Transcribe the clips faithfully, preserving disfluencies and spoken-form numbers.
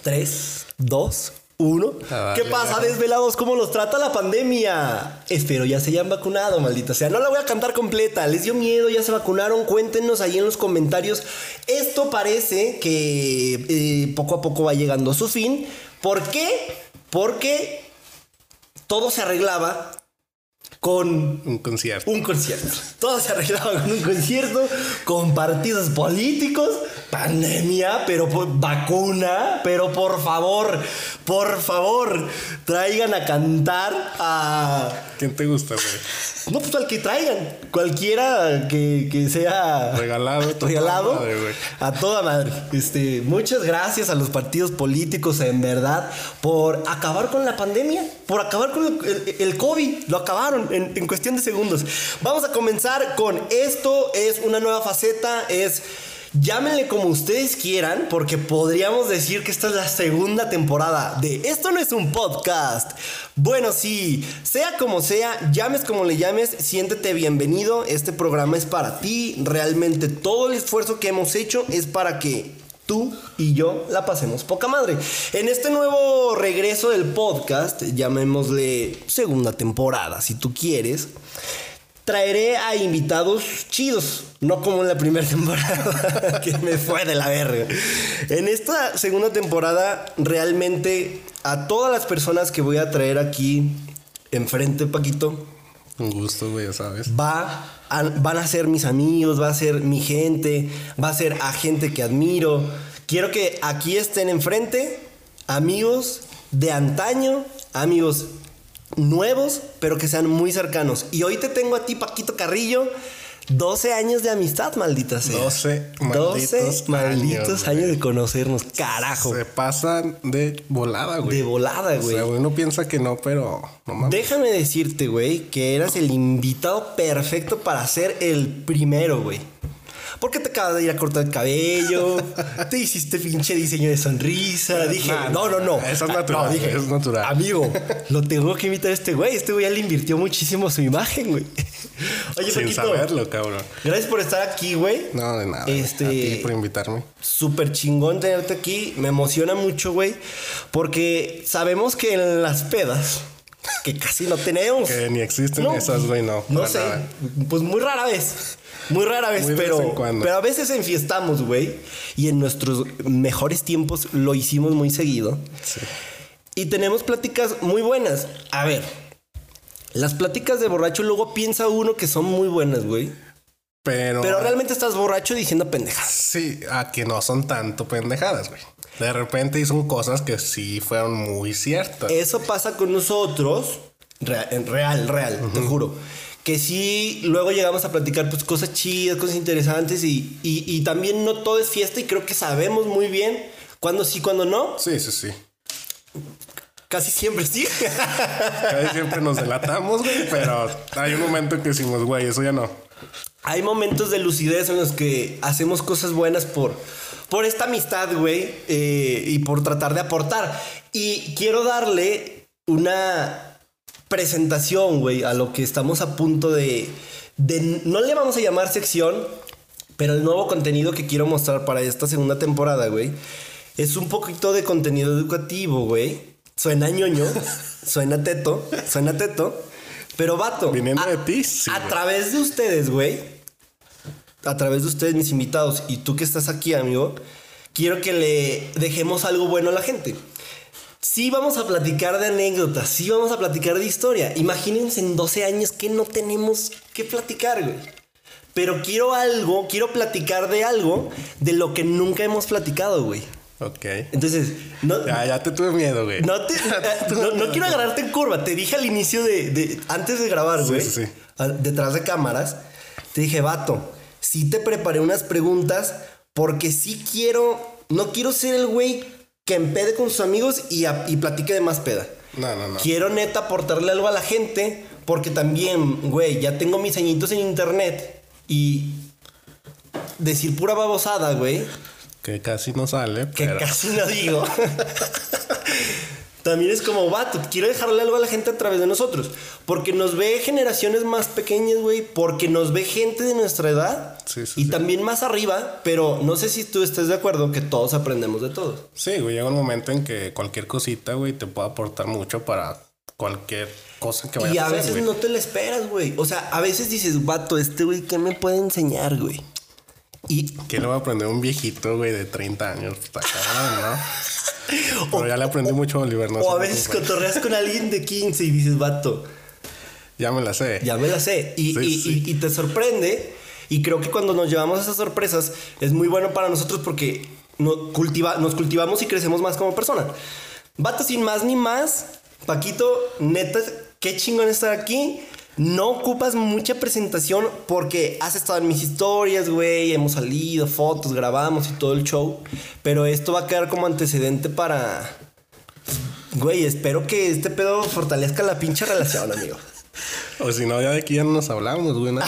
tres, dos, uno. Ah, ¿Qué pasa, ya. desvelados? ¿Cómo los trata la pandemia? Espero ya se hayan vacunado, maldita sea. No la voy a cantar completa. ¿Les dio miedo? ¿Ya se vacunaron? Cuéntenos ahí en los comentarios. Esto parece que eh, poco a poco va llegando a su fin. ¿Por qué? Porque todo se arreglaba con un concierto. Un concierto. Todo se arreglaba con un concierto, con partidos políticos, pandemia, pero por, vacuna, pero por favor, por favor, traigan a cantar a... ¿Quién te gusta, güey? No, pues al que traigan. Cualquiera que, que sea... Regalado. Regalado. Madre, a toda madre. Este, muchas gracias a los partidos políticos, en verdad, por acabar con la pandemia, por acabar con el, el, el COVID. Lo acabaron en, en cuestión de segundos. Vamos a comenzar con esto. Es una nueva faceta. Es... Llámenle como ustedes quieran, porque podríamos decir que esta es la segunda temporada de Esto no es un podcast. Bueno, sí, sea como sea, llames como le llames, siéntete bienvenido. Este programa es para ti. Realmente todo el esfuerzo que hemos hecho es para que tú y yo la pasemos poca madre. En este nuevo regreso del podcast, llamémosle segunda temporada, si tú quieres, traeré a invitados chidos, no como en la primera temporada, que me fue de la verga. En esta segunda temporada, realmente, a todas las personas que voy a traer aquí enfrente, Paquito, un gusto, güey, ya sabes. Va a, van a ser mis amigos, va a ser mi gente, va a ser a gente que admiro. Quiero que aquí estén enfrente amigos de antaño, amigos nuevos, pero que sean muy cercanos. Y hoy te tengo a ti, Paquito Carrillo, doce años de amistad, maldita sea. doce malditos, doce malditos años, años de conocernos, carajo. Se pasan de volada, güey. De volada, güey. O sea, güey, uno piensa que no, pero no mames. Déjame decirte, güey, que eras el invitado perfecto para ser el primero, güey. Porque te acabas de ir a cortar el cabello, te hiciste pinche diseño de sonrisa. Dije, nah, no, no, no. Eso es natural. No, dije, es natural. Amigo, lo tengo que invitar a este güey. Este güey ya le invirtió muchísimo su imagen, güey. Oye, sin Paquito, saberlo, cabrón. Gracias por estar aquí, güey. No, de nada. Este, a ti por invitarme. Súper chingón tenerte aquí. Me emociona mucho, güey. Porque sabemos que en las pedas, que casi no tenemos. Que ni existen no, esas, güey, no. No sé. Nada. Pues muy rara vez. Muy rara vez, Muy pero, pero a veces enfiestamos, güey. Y en nuestros mejores tiempos lo hicimos muy seguido. Sí. Y tenemos pláticas muy buenas. A ver, las pláticas de borracho luego piensa uno que son muy buenas, güey. Pero... Pero realmente estás borracho diciendo pendejadas. Sí, a que no son tanto pendejadas, güey. De repente son cosas que sí fueron muy ciertas. Eso pasa con nosotros. Real, real, real, uh-huh. Te juro. Que sí, luego llegamos a platicar pues cosas chidas, cosas interesantes y, y, y también no todo es fiesta y creo que sabemos muy bien cuándo sí, cuándo no. Sí, sí, sí. Casi siempre sí. Casi siempre nos delatamos, güey, pero hay un momento en que decimos, güey, eso ya no. Hay momentos de lucidez en los que hacemos cosas buenas por, por esta amistad, güey, eh, y por tratar de aportar. Y quiero darle una presentación, güey, a lo que estamos a punto de, de... No le vamos a llamar sección, pero el nuevo contenido que quiero mostrar para esta segunda temporada, güey, es un poquito de contenido educativo, güey. Suena ñoño, suena teto, suena teto, pero vato... Viniendo a, de ti, sí, A güey. través de ustedes, güey, a través de ustedes, mis invitados, y tú que estás aquí, amigo, quiero que le dejemos algo bueno a la gente. Sí vamos a platicar de anécdotas, sí vamos a platicar de historia. Imagínense en doce años que no tenemos que platicar, güey. Pero quiero algo, quiero platicar de algo de lo que nunca hemos platicado, güey. Ok. Entonces, no, ya, ya te tuve miedo, güey. No, te, no, no quiero agarrarte en curva. Te dije al inicio de, de antes de grabar, güey, sí, sí, sí. detrás de cámaras, te dije, vato, sí te preparé unas preguntas porque sí quiero, no quiero ser el güey que empede con sus amigos y, a, y platique de más peda. No, no, no. Quiero neta aportarle algo a la gente porque también, güey, ya tengo mis añitos en internet y decir pura babosada, güey. Que casi no sale, Que pero... casi no digo. también es como, vato, quiero dejarle algo a la gente a través de nosotros. Porque nos ve generaciones más pequeñas, güey. Porque nos ve gente de nuestra edad. Sí, sí, y sí. también más arriba. Pero no sé si tú estés de acuerdo que todos aprendemos de todos. Sí, güey, llega un momento en que cualquier cosita, güey, te puede aportar mucho para cualquier cosa que vayas Y a a hacer, veces güey. no te la esperas, güey. O sea, a veces dices, vato, este güey, ¿qué me puede enseñar, güey? Y ¿Qué le va a aprender un viejito, güey, de treinta años? Está cabrón, ¿no? Pero ya le aprendí mucho a Oliver, ¿no? o a sé, veces güey. cotorreas con alguien de quince y dices, vato, Ya me la sé. ya me la sé. Y, Sí, y, sí. y- y te sorprende. Y creo que cuando nos llevamos esas sorpresas es muy bueno para nosotros porque no- cultiva, nos cultivamos y crecemos más como persona. Vato, sin más ni más, Paquito, neta, qué chingón estar aquí. No ocupas mucha presentación porque has estado en mis historias, güey. Hemos salido, fotos, grabamos y todo el show. Pero esto va a quedar como antecedente para... Güey, espero que este pedo fortalezca la pinche relación, amigo. O si no, ya de aquí ya no nos hablamos, güey. ¿no?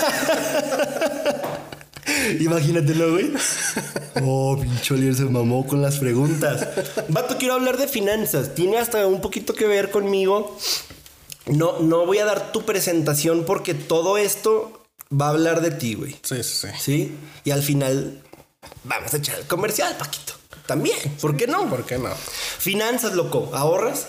Imagínatelo, güey. Oh, pinche Oliver se mamó con las preguntas. Vato, quiero hablar de finanzas. Tiene hasta un poquito que ver conmigo. No, no voy a dar tu presentación porque todo esto va a hablar de ti, güey. Sí, sí, sí. ¿Sí? Y al final vamos a echar el comercial, Paquito. También, ¿por qué no? ¿Por qué no? Finanzas, loco. ¿Ahorras?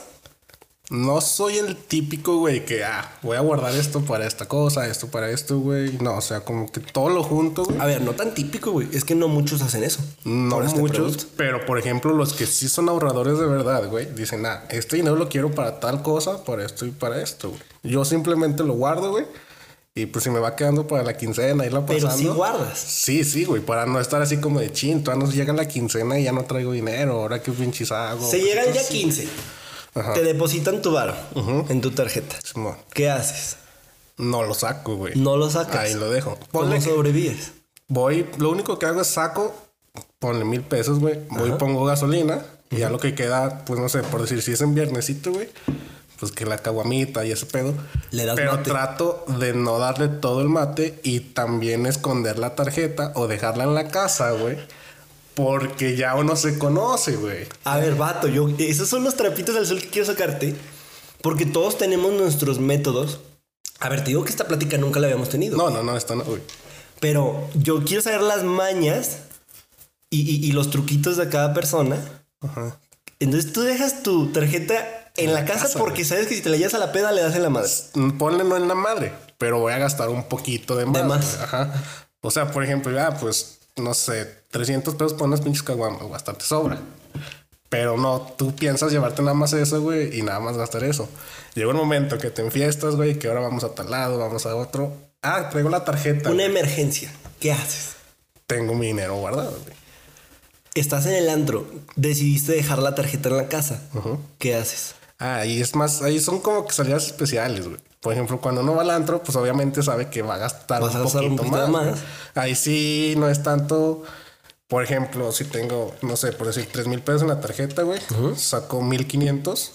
No soy el típico, güey, que, ah, voy a guardar esto para esta cosa, esto para esto, güey. No, o sea, como que todo lo junto, güey. A ver, no tan típico, güey. Es que no muchos hacen eso. No Por eso te muchos, pregunto. pero por ejemplo, los que sí son ahorradores de verdad, güey, dicen, ah, este dinero lo quiero para tal cosa, para esto y para esto, güey. Yo simplemente lo guardo, güey. Y pues si me va quedando para la quincena, irla pasando. Pero sí guardas. Sí, sí, güey, para no estar así como de chin, todavía nos llega la quincena y ya no traigo dinero, ahora qué pinches hago. Se llega el día Sí. quince. Ajá. Te depositan tu varo en tu tarjeta. Simón. ¿Qué haces? No lo saco, güey. No lo sacas. Ahí lo dejo. ¿Cómo Ponle que sobrevives? voy, lo único que hago es saco, ponle mil pesos, güey. Voy, Ajá. pongo gasolina y ya lo que queda, pues no sé, por decir, si es en viernesito, güey, pues que la caguamita y ese pedo. Le das Pero mate. trato de no darle todo el mate y también esconder la tarjeta o dejarla en la casa, güey. Porque ya uno se conoce, güey. A ver, vato, yo, esos son los trapitos al sol que quiero sacarte. Porque todos tenemos nuestros métodos. A ver, te digo que esta plática nunca la habíamos tenido. No, no, no, esto no, güey. Pero yo quiero saber las mañas y, y- y los truquitos de cada persona. Ajá. Entonces tú dejas tu tarjeta en la casa casa, porque güey. sabes que si te la llevas a la peda le das en la madre. Ponle no en la madre, pero voy a gastar un poquito de más. más. güey. Ajá. O sea, por ejemplo, ya, pues, no sé, trescientos pesos por unas pinches caguamas, bastante sobra. Pero no, tú piensas llevarte nada más eso, güey, y nada más gastar eso. Llega un momento que te enfiestas, güey, que ahora vamos a tal lado, vamos a otro. Ah, traigo la tarjeta. Una güey. emergencia. ¿Qué haces? Tengo mi dinero guardado, güey. Estás en el antro. Decidiste dejar la tarjeta en la casa. ¿Qué haces? Ah, ahí es más, ahí son como que salidas especiales, güey. Por ejemplo, cuando uno va al antro, pues obviamente sabe que va a gastar, Vas un, a gastar un poquito poquito más, más. güey. Ahí sí no es tanto. Por ejemplo, si tengo, no sé, por decir tres mil pesos en la tarjeta, güey, saco mil quinientos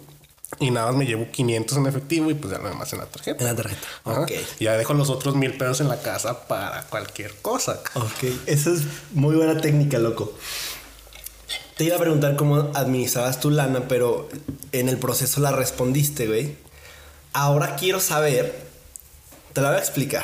y nada más me llevo quinientos en efectivo y pues ya lo demás en la tarjeta. En la tarjeta. Ajá. Ok. Y ya dejo los otros mil pesos en la casa para cualquier cosa. Ok. Esa es muy buena técnica, loco. Te iba a preguntar cómo administrabas tu lana, pero en el proceso la respondiste, güey. Ahora quiero saber, te la voy a explicar.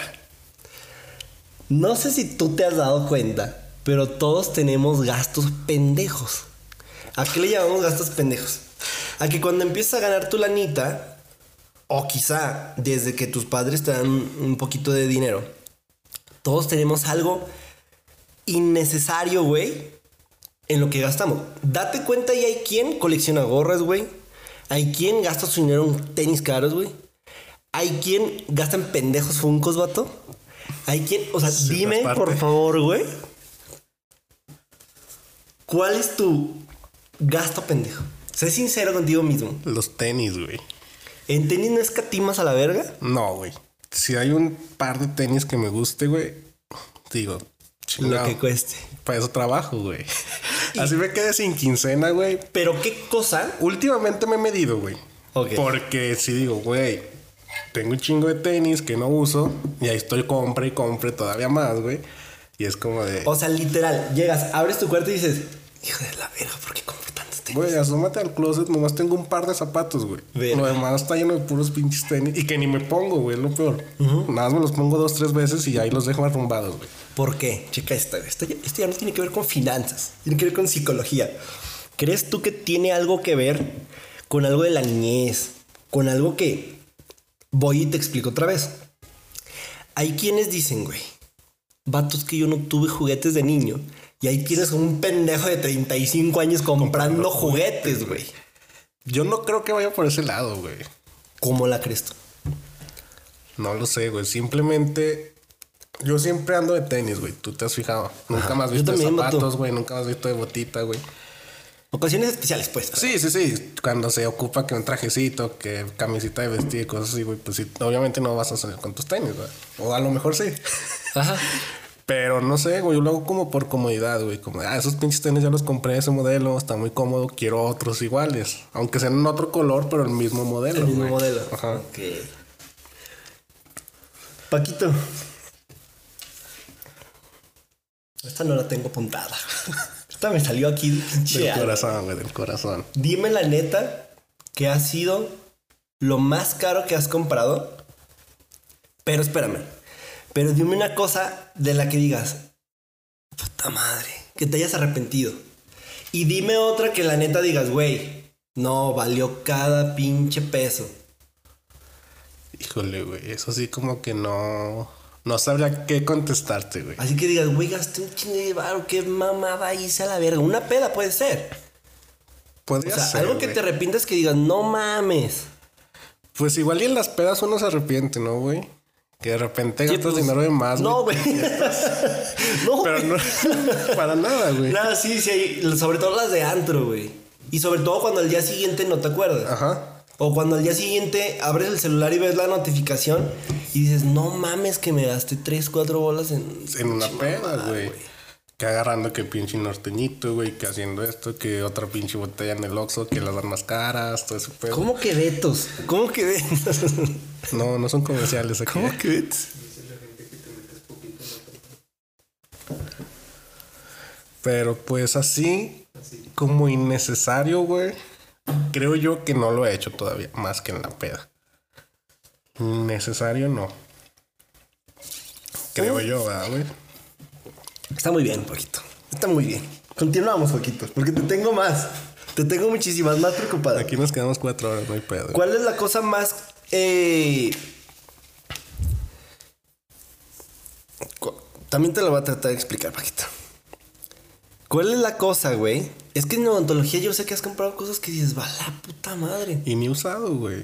No sé si tú te has dado cuenta, pero todos tenemos gastos pendejos. ¿A qué le llamamos gastos pendejos? A que cuando empiezas a ganar tu lanita, o quizá desde que tus padres te dan un poquito de dinero, todos tenemos algo innecesario, güey, en lo que gastamos. Date cuenta, y hay quien colecciona gorras, güey. Hay quien gasta su dinero en tenis caros, güey. Hay quien gasta en pendejos funcos, vato. Hay quien... O sea, Sí, dime, aparte. por favor, güey. ¿Cuál es tu gasto pendejo? Sé sincero contigo mismo. Los tenis, güey. ¿En tenis no escatimas a la verga? No, güey. Si hay un par de tenis que me guste, güey, digo, Lo chingado. que cueste. Para eso trabajo, güey. Así me quedé sin quincena, güey. Pero qué cosa... Últimamente me he medido, güey. Ok. Porque si digo, güey, tengo un chingo de tenis que no uso y ahí estoy compre y compre todavía más, güey. Y es como de... O sea, literal, llegas, abres tu cuarto y dices... Hijo de la verga, ¿por qué compro tantos tenis. Güey, asómate al closet, nomás tengo un par de zapatos, güey. Verga. Lo demás está lleno de puros pinches tenis. Y que ni me pongo, güey, es lo peor. Nada más me los pongo dos, tres veces y ahí los dejo arrumbados, güey. ¿Por qué? Checa esta. Esto ya, esto ya no tiene que ver con finanzas. Tiene que ver con psicología. ¿Crees tú que tiene algo que ver con algo de la niñez? Con algo que... Voy y te explico otra vez. Hay quienes dicen, güey, vatos, que yo no tuve juguetes de niño. Y ahí tienes un pendejo de treinta y cinco años comprando, comprando juguetes, güey. Yo no creo que vaya por ese lado, güey. ¿Cómo la crees tú? No lo sé, güey. Simplemente... Yo siempre ando de tenis, güey. Tú te has fijado. Nunca Ajá. me has visto de también, zapatos, vato. güey. Nunca me has visto de botita, güey. Ocasiones especiales, pues. Pero... Sí, sí, sí. Cuando se ocupa que un trajecito, que camisita de vestir, cosas así, güey. Pues sí, obviamente no vas a salir con tus tenis, güey. O a lo mejor sí. Ajá. Pero no sé, güey. Yo lo hago como por comodidad, güey. Como, ah, esos pinches tenis ya los compré, ese modelo. Está muy cómodo. Quiero otros iguales. Aunque sean en otro color, pero el mismo modelo, El mismo güey. modelo. Ajá. Ok. Paquito. Esta no la tengo apuntada. Esta me salió aquí. Del corazón, güey. Del corazón. Dime la neta, que ha sido lo más caro que has comprado. Pero espérame. Pero dime una cosa de la que digas, puta madre, que te hayas arrepentido. Y dime otra que la neta digas, güey, no, valió cada pinche peso. Híjole, güey. Eso sí como que no... No sabría qué contestarte, güey. Así que digas, güey, gasté un chingo de varo, qué mamada hice a la verga. Una peda puede ser. Podría O sea, ser, algo que güey. te arrepientas que digas, no mames. Pues igual y en las pedas uno se arrepiente, ¿no, güey? Que de repente Sí, gastas pues, dinero de más, No, güey. güey. No, Pero güey. no... para nada, güey. Nada, sí, sí, hay- sobre todo las de antro, güey. Y sobre todo cuando al día siguiente no te acuerdas. Ajá. O cuando al día siguiente abres el celular y ves la notificación y dices, no mames que me gasté tres, cuatro bolas en... En una pinche peda, mamada, güey. Que agarrando que pinche norteñito, güey. Que haciendo esto, que otra pinche botella en el Oxxo, que las dan más caras, todo ese pedo. ¿Cómo que vetos? ¿Cómo que vetos? No, no son comerciales aquí. ¿Cómo que vetos? Pero pues así, como innecesario, güey. Creo yo que no lo he hecho todavía, más que en la peda. Necesario no. Creo yo, ¿verdad, güey? Está muy bien, Paquito. Está muy bien. Continuamos, Paquito, porque te tengo más. Te tengo muchísimas más preocupadas. Aquí nos quedamos cuatro horas, no hay pedo. ¿Cuál es la cosa más... Eh... cu- También te lo voy a tratar de explicar, Paquito. ¿Cuál es la cosa, güey? Es que en odontología yo sé que has comprado cosas que dices, va la puta madre. Y ni usado, güey.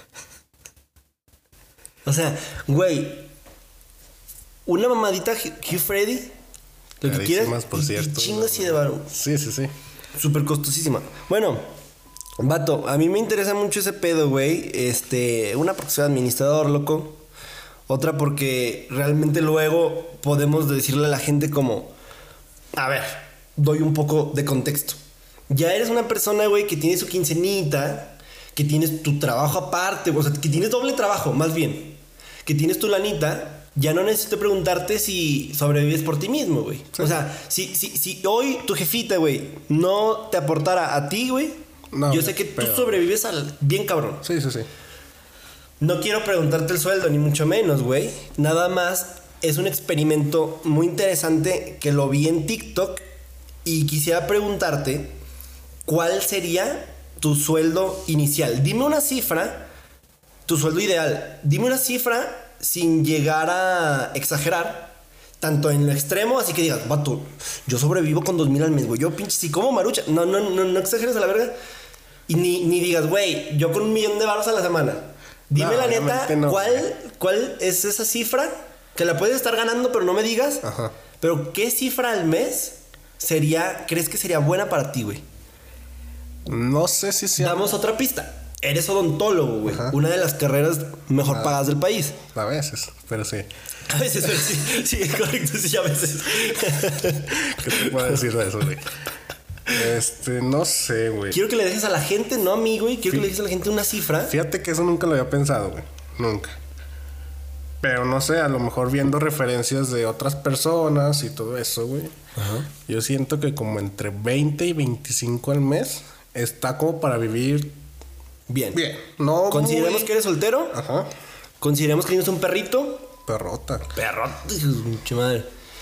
O sea, güey, una mamadita Hugh Freddy, lo que quieras, Carísimas, por y- y cierto. chingas y de varo. Sí, sí, sí. Súper costosísima. Bueno, vato, a mí me interesa mucho ese pedo, güey. Este, una porque soy administrador, loco. Otra porque realmente luego podemos decirle a la gente como, a ver, doy un poco de contexto. Ya eres una persona, güey, que tiene su quincenita, que tienes tu trabajo aparte, o sea, que tienes doble trabajo, más bien. Que tienes tu lanita. Ya no necesito preguntarte si sobrevives por ti mismo, güey. Sí. O sea, si, si, si hoy tu jefita, güey, no te aportara a ti, güey, No, yo sé que tú pero- sobrevives al bien cabrón. Sí, sí, sí. No quiero preguntarte el sueldo, ni mucho menos, güey. Nada más es un experimento muy interesante que lo vi en TikTok y quisiera preguntarte cuál sería tu sueldo inicial. Dime una cifra, tu sueldo ideal. Dime una cifra sin llegar a exagerar, tanto en lo extremo, así que digas, vato, yo sobrevivo con dos mil al mes, güey. Yo pinche, si como marucha. No, no, no, no exageres a la verga. Y ni, ni digas, güey, yo con un millón de baros a la semana. Dime No, la neta, obviamente no. ¿cuál, ¿cuál es esa cifra? Que la puedes estar ganando, pero no me digas. Ajá. Pero ¿qué cifra al mes sería, crees que sería buena para ti, güey? No sé si sea... Damos otra pista. Eres odontólogo, güey. Ajá. Una de las carreras mejor pagadas del país. A veces, pero sí. A veces, güey, sí, sí, es correcto, sí, a veces. ¿Qué te puedo decir de eso, güey? Este, no sé, güey. Quiero que le dejes a la gente, no a mí, güey. Quiero que le dejes a la gente una cifra. Fíjate que eso nunca lo había pensado, güey. Nunca. Pero no sé, a lo mejor viendo referencias de otras personas y todo eso, güey. Ajá. Yo siento que como entre veinte y veinticinco al mes está como para vivir Bien. bien. No Consideremos muy... que eres soltero. Ajá. Consideremos que tienes un perrito. Perrota. Perrota, hijo de su pinche madre.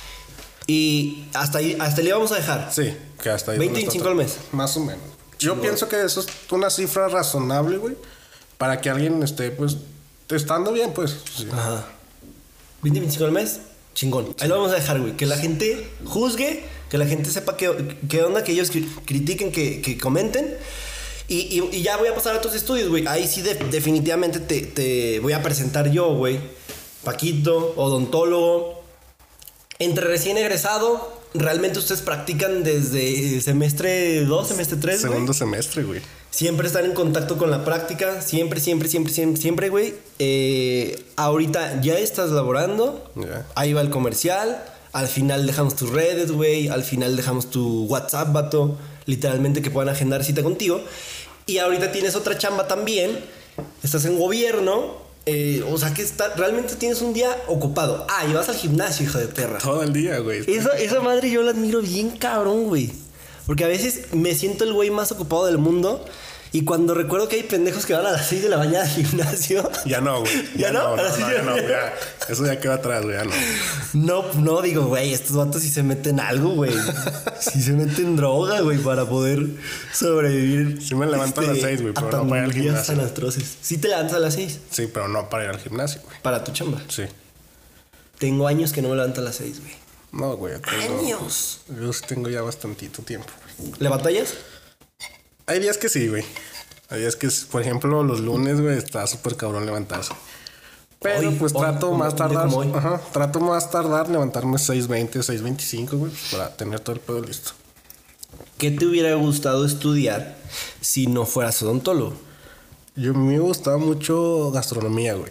Y hasta ahí, hasta ahí le vamos a dejar. Sí, que hasta ahí. veinte, veinticinco al mes. Más o menos. Yo pienso que eso es una cifra razonable, güey. Para que alguien esté, pues, estando bien, pues. Sí. Ajá. veinte, veinticinco al mes. Chingón. Ahí lo vamos a dejar, güey. Que la gente juzgue, que la gente sepa qué, qué onda, que ellos cri- critiquen, que, que comenten. Y, y, y ya voy a pasar a tus estudios, güey. Ahí sí de, definitivamente te, te voy a presentar yo, güey. Paquito, odontólogo. Entre recién egresado, realmente ustedes practican desde semestre dos, semestre tres, güey. Segundo semestre, güey. Siempre estar en contacto con la práctica. Siempre, siempre, siempre, siempre, siempre, güey. Eh, ahorita ya estás laborando. Ya. Ahí va el comercial. Al final dejamos tus redes, güey. Al final dejamos tu WhatsApp, vato. Literalmente que puedan agendar cita contigo. Y ahorita tienes otra chamba también. Estás en gobierno. Eh, o sea que está, realmente tienes un día ocupado. Ah, y vas al gimnasio, hijo de perra. Todo el día, güey. Esa, esa madre yo la admiro bien cabrón, güey. Porque a veces me siento el güey más ocupado del mundo. Y cuando recuerdo que hay pendejos que van a las seis de la mañana al gimnasio. Ya no, güey. ¿Ya no? No, no, ¿A las no, seis de ya la no, mañana? ya. Eso ya queda atrás, güey. Ya no. No, no, digo, güey, estos vatos sí se meten algo, güey. Sí se meten droga, güey, para poder sobrevivir. Sí me levanto a las seis, güey, pero no para ir al pandillas gimnasio. tan atroces. Sí te levantas a las seis Sí, pero no para ir al gimnasio, güey. para tu chamba. Sí. Tengo años que no me levanto a las seis, güey. No, güey. Tengo, ¡Años! Yo sí tengo ya bastantito tiempo, güey. ¿Le batallas? Hay días que sí, güey. Hay días que, por ejemplo, los lunes, güey, está súper cabrón levantarse. Pero Hoy, pues hoy, trato como- más un día tardar. como hoy. Ajá. Trato más tardar levantarme seis veinte, seis veinticinco, güey, para tener todo el pedo listo. ¿Qué te hubiera gustado estudiar si no fueras odontólogo? Yo a mí me gustaba mucho gastronomía, güey.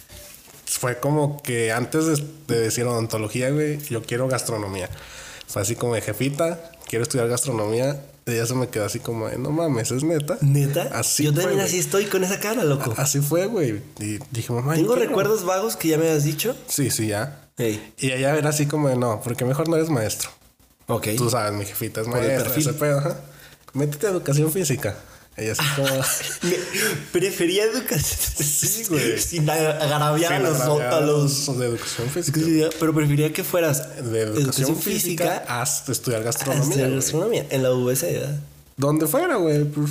Fue como que antes de, de decir odontología, güey, yo quiero gastronomía. Fue así como de jefita, quiero estudiar gastronomía. Y ya se me quedó así como de, no mames, ¿es neta? ¿Neta? Así Yo fue, también güey. así estoy con esa cara, loco. Así fue, güey. Y dije, mamá, Tengo yo quiero. recuerdos vagos que ya me has dicho. Sí, sí, ya. Hey, Y ella era así como de, no, porque mejor no eres maestro. ok. Tú sabes, mi jefita es Por el maestra, perfil. ese pedo, ajá. Métete a educación física. Ella así como... Me- prefería educación. Sí, güey. Sin ag- agraviar a Sin los, agraviar a los- de educación física. Pero prefería que fueras De educación, física, hasta estudiar a gastronomía. estudiar güey. gastronomía en la U S A, ¿verdad? Donde fuera, güey. Pues,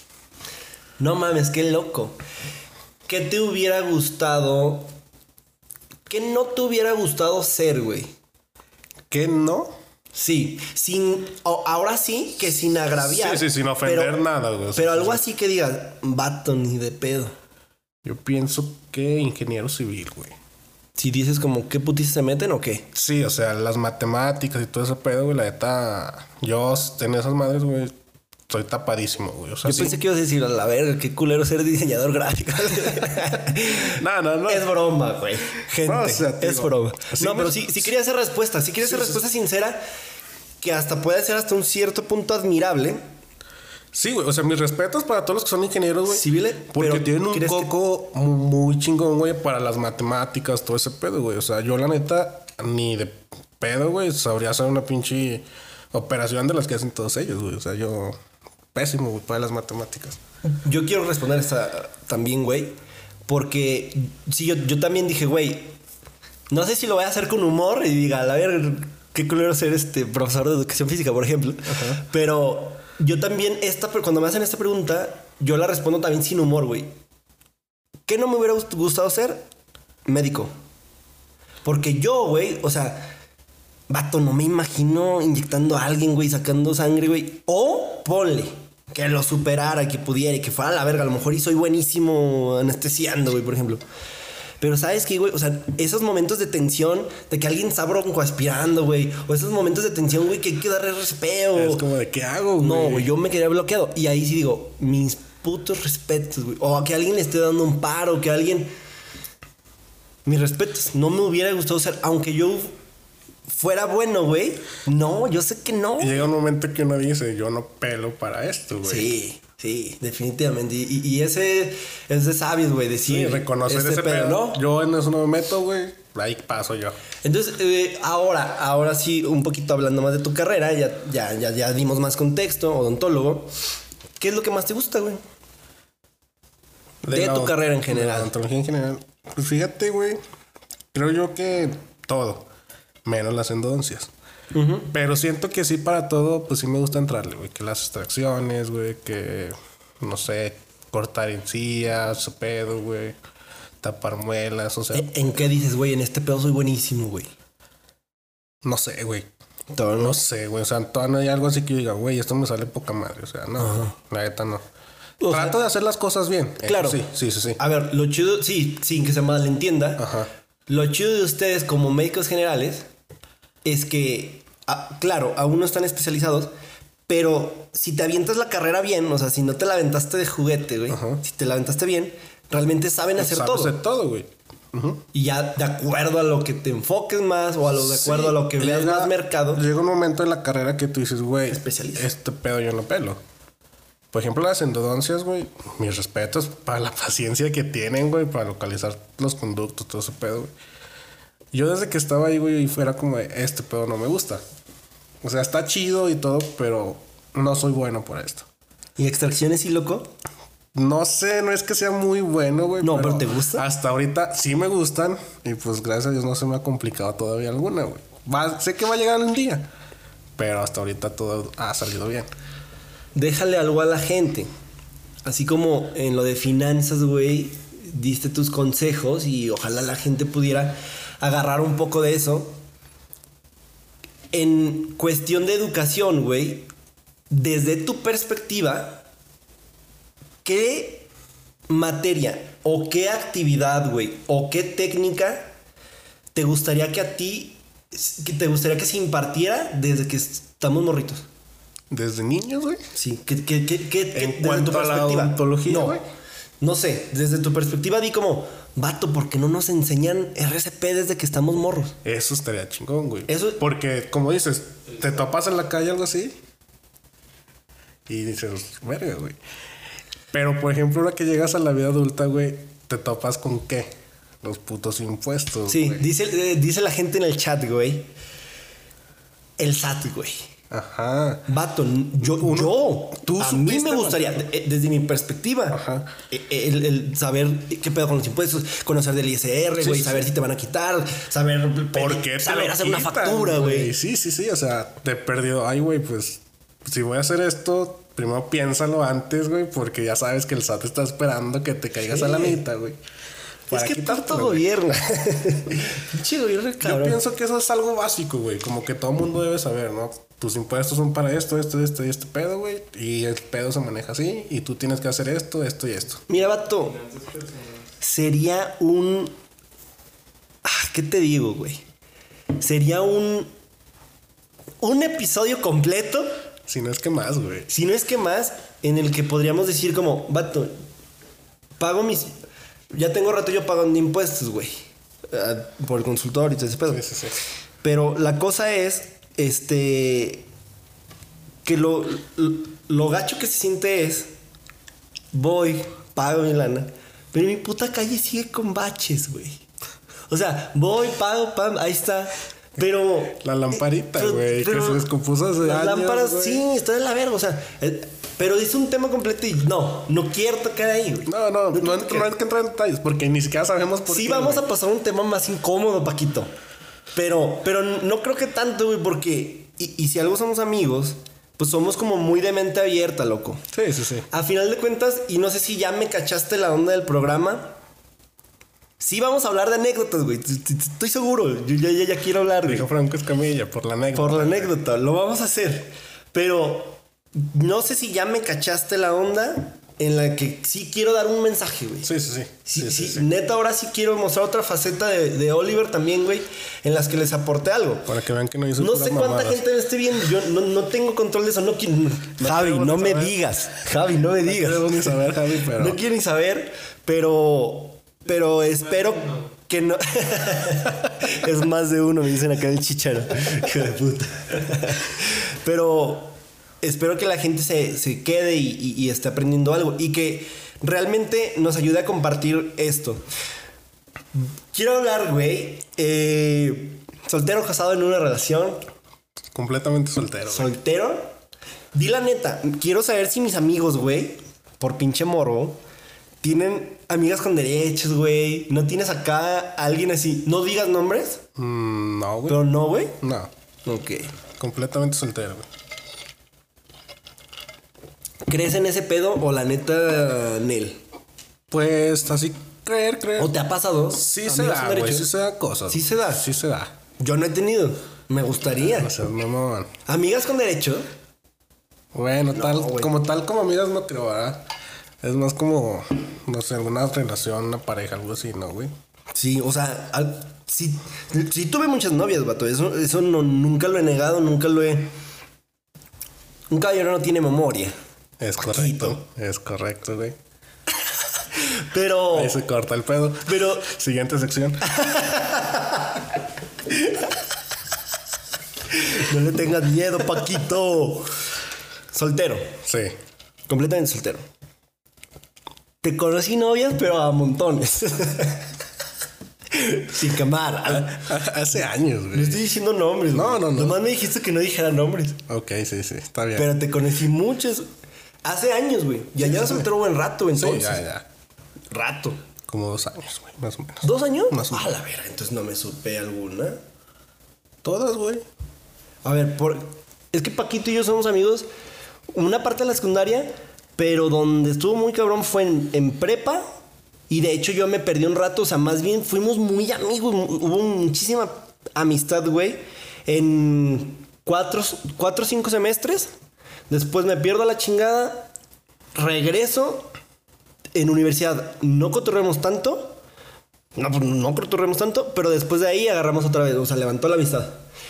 No mames, qué loco. ¿Qué te hubiera gustado? ¿Qué no te hubiera gustado ser, güey? ¿qué no? Sí, sin. o- ahora sí que sin agraviar. Sí, sí, sin ofender nada, güey. O sea, Pero sí, algo sí. así que digas, vato, ni de pedo. Yo pienso que ingeniero civil, güey. Si dices como, ¿qué putiza se meten o qué? Sí, o sea, las matemáticas y todo ese pedo, güey, la neta... Yo en esas madres, güey, estoy tapadísimo, güey. O sea, Yo sí. pensé que ibas a decir, a la verga, qué culero ser diseñador gráfico. No, no, no. Es broma, güey. Gente, No, o sea, es digo, broma. sí no, me- pero sí, sí quería hacer respuesta. Sí quería hacer Sí, sí, respuesta sincera que hasta puede ser hasta un cierto punto admirable. Sí, güey. O sea, mis respetos para todos los que son ingenieros, güey. Civiles, Porque pero tienen un ¿crees que- coco muy chingón, güey, para las matemáticas, todo ese pedo, güey. O sea, yo la neta, ni de pedo, güey, sabría hacer una pinche operación de las que hacen todos ellos, güey. O sea, yo pésimo, güey, para las matemáticas. Yo quiero responder esta también, güey. Porque sí, yo, yo también dije, güey, no sé si lo voy a hacer con humor y diga, a ver, qué culero ser este profesor de educación física, por ejemplo. Pero yo también, esta, cuando me hacen esta pregunta, yo la respondo también sin humor, güey. ¿Qué no me hubiera gust- gustado ser? Médico. Porque yo, güey, o sea, vato, no me imagino inyectando a alguien, güey, sacando sangre, güey. O ponle que lo superara, que pudiera y que fuera a la verga. A lo mejor y soy buenísimo anestesiando, güey, por ejemplo. Pero ¿sabes qué, güey? O sea, esos momentos de tensión, de que alguien está broncoaspirando, güey. O esos momentos de tensión, güey, que hay que darle respeo. Es como de, ¿qué hago, güey? No, güey, yo me quedé bloqueado. Y ahí sí digo, mis putos respetos, güey. O a que alguien le esté dando un paro, que alguien... Mis respetos. No me hubiera gustado ser, aunque yo fuera bueno, güey. No, yo sé que no. Y llega un momento que uno dice, yo no pelo para esto, güey. Sí, sí, definitivamente. Y, y- y ese es de sabios, güey, Sí, decir... reconocer este ese pedo. ¿no? Yo en eso no me meto, güey. Ahí paso yo. Entonces, eh, ahora, ahora sí, un poquito hablando más de tu carrera, ya, ya, ya, ya dimos más contexto, odontólogo. ¿qué es lo que más te gusta, güey? De, De la tu od- carrera en de general. La odontología en general. Pues fíjate, güey. Creo yo que todo. Menos las endodoncias. Ujú. Pero siento que sí para todo, pues sí me gusta entrarle, güey. Que las extracciones, güey. Que, no sé, cortar encías, ese pedo, güey. Tapar muelas, o sea, ¿En, en qué dices, güey? En este pedo soy buenísimo, güey. no sé, güey. Todo, ¿no? No sé, güey. O sea, todavía no hay algo así que yo diga, güey, esto me sale poca madre. O sea, no, la neta no. O sea, Trato de hacer las cosas bien. eso claro. Sí, sí, sí, sí. A ver, lo chido, sí, sin que se malentienda. Ajá. Lo chido de ustedes como médicos generales es que, ah, claro, aún no están especializados, pero si te avientas la carrera bien, o sea, si no te la aventaste de juguete, güey, Ajá. si te la aventaste bien, realmente saben hacer Sabes todo. de todo, güey. Ujú. Y ya de acuerdo a lo que te enfoques más o a lo de acuerdo Sí, a lo que veas llega- más mercado. Llega un momento en la carrera que tú dices, güey, Especialista. este pedo yo no pelo. Por ejemplo, las endodoncias, güey, mis respetos para la paciencia que tienen, güey, para localizar los conductos, todo ese pedo, güey. Yo desde que estaba ahí, güey, fuera como de, este pedo no me gusta. O sea, está chido y todo, pero no soy bueno por esto. ¿Y extracciones y loco? No sé, no es que sea muy bueno, güey. No, pero ¿te gusta? Hasta ahorita sí me gustan. Y pues gracias a Dios no se me ha complicado todavía alguna, güey. Va- sé que va a llegar un día. Pero hasta ahorita todo ha salido bien. Déjale algo a la gente. Así como en lo de finanzas, güey, diste tus consejos y ojalá la gente pudiera agarrar un poco de eso. En cuestión de educación, güey, desde tu perspectiva, ¿qué materia o qué actividad, güey, o qué técnica te gustaría que a ti, que te gustaría que se impartiera desde que estamos morritos? Desde niños, güey. Sí, ¿qué, qué, qué, qué- qué- En desde cuanto tu a la perspectiva? odontología, no, güey. no sé, desde tu perspectiva di como, vato, ¿por qué no nos enseñan R C P desde que estamos morros? Eso estaría chingón, güey. Eso- Porque, como dices, te topas en la calle algo así. Y dices, verga, güey. Pero, por ejemplo, ahora que llegas a la vida adulta, güey, te topas con qué? Los putos impuestos. Sí, güey. dice, eh, dice la gente en el chat, güey. El S A T, güey. Ajá. Vato, n- yo, Uno- yo, tú a mí supiste me gustaría, eh, desde mi perspectiva, Ajá. eh, el, el saber qué pedo con los impuestos, conocer del I S R, Sí, güey, sí, saber sí. si te van a quitar, saber ¿Por qué te saber lo hacer una quitan, factura, güey. Sí, sí, sí. O sea, te he perdido. Ay, güey, pues si voy a hacer esto, primero piénsalo antes, güey, porque ya sabes que el S A T está esperando que te caigas Sí. a la mitad, güey. Es para que quitártelo, puto güey. gobierno. Pinche gobierno, Yo cabrón. pienso que eso es algo básico, güey. Como que todo mundo debe saber, ¿no? Tus impuestos son para esto, esto, esto y este pedo, güey. Y el pedo se maneja así. Y tú tienes que hacer esto, esto y esto. Mira, vato. Sería un. Ah, ¿qué te digo, güey? Sería un. Un episodio completo, Si no es que más, güey. si no es que más, en el que podríamos decir como, vato, pago mis. Ya tengo rato yo pagando impuestos, güey. Ah, por el consultorio y todo ese pedo. Sí, sí, sí. Pero la cosa es, este, que lo, lo, lo gacho que se siente es, voy, pago mi lana, pero mi puta calle sigue con baches, güey. O sea, voy, pago, pam, ahí está. Pero... La lamparita, pero- güey, que pero se descompuso hace Las años, lámparas, güey. sí, está de la verga, o sea... eh, pero es un tema completo y no, no quiero tocar ahí, güey. No, no, no, quiero entro- tocar. no hay que entrar en detalles porque ni siquiera sabemos por Sí, qué. vamos güey. a pasar a un tema más incómodo, Paquito. Pero, pero no creo que tanto, güey, porque... Y, y si algo somos amigos, pues somos como muy de mente abierta, loco. Sí, sí, sí. A final de cuentas, y no sé si ya me cachaste la onda del programa... Sí vamos a hablar de anécdotas, güey. T- t- Estoy seguro. Yo ya, ya, ya quiero hablar, güey. Dijo Franco Escamilla por la anécdota. Por la anécdota, lo vamos a hacer. Pero no sé si ya me cachaste la onda en la que sí quiero dar un mensaje, güey. Sí, sí, sí. Sí, sí, sí, sí. neta, ahora sí quiero mostrar otra faceta de, de Oliver también, güey, en las que les aporté algo. Para que vean que no hizo No puras sé cuánta mamadas. gente me esté viendo. Yo no, no tengo control de eso. No quiero. Javi, queremos no ni me saber. digas. Javi, no me No digas. queremos ni saber, Javi, pero... No quiero ni saber, pero. Pero espero que no. Es más de uno, me dicen acá en el chicharo. Hijo de puta. Pero espero que la gente se, se quede y, y- y esté aprendiendo algo. Y que realmente nos ayude a compartir esto. Quiero hablar, güey. eh, soltero, casado en una relación. Completamente soltero. güey. Soltero. Di la neta, quiero saber si mis amigos, güey, por pinche morbo, tienen amigas con derechos, güey. ¿No tienes acá a alguien así? ¿No digas nombres? Mm, no, güey. Pero no, güey. No. Ok. Completamente soltero, güey. ¿Crees en ese pedo o la neta, Nel? Pues así creer, creer. ¿O te ha pasado? Sí se Amigas da, con güey. derechos. Sí se da cosas. Sí se da. Sí se da. Yo no he tenido. Me gustaría. O sea, mamón. ¿Amigas con derecho? Bueno, No, tal, güey. como tal, como amigas no creo, ¿verdad? Es más como, no sé, alguna relación, una pareja, algo así, ¿no, güey? Sí, o sea, al- sí, sí tuve muchas novias, vato. Eso, eso no, nunca lo he negado, nunca lo he... Un caballero no tiene memoria. Es Paquito. correcto. Es correcto, güey. Pero... Ahí se corta el pedo. Pero... Siguiente sección. No le tengas miedo, Paquito. Soltero. Sí. Completamente soltero. Te conocí novias, pero a montones. Sin quemar. Hace años, No güey. estoy diciendo nombres. No, güey. no, no. Nomás me dijiste que no dijera nombres. Ok, sí, sí, está bien. Pero te conocí muchas. Hace años, güey. Ya Sí, llevas sí, soltero buen rato, sí, entonces. ya, ya. Rato. Como dos años, güey, más o menos. ¿Dos años? Más o A menos. la verga, entonces no me supe alguna. Todas, güey. A ver, por... es que Paquito y yo somos amigos. Una parte de la secundaria, pero donde estuvo muy cabrón fue en, en prepa. Y de hecho yo me perdí un rato. O sea, más bien fuimos muy amigos. mu- Hubo muchísima amistad, güey. En cuatro, cuatro o cinco semestres. Después me pierdo a la chingada. Regreso. En universidad no cotorremos tanto. No, pues no cotorremos tanto. Pero después de ahí agarramos otra vez. O sea, levantó la amistad.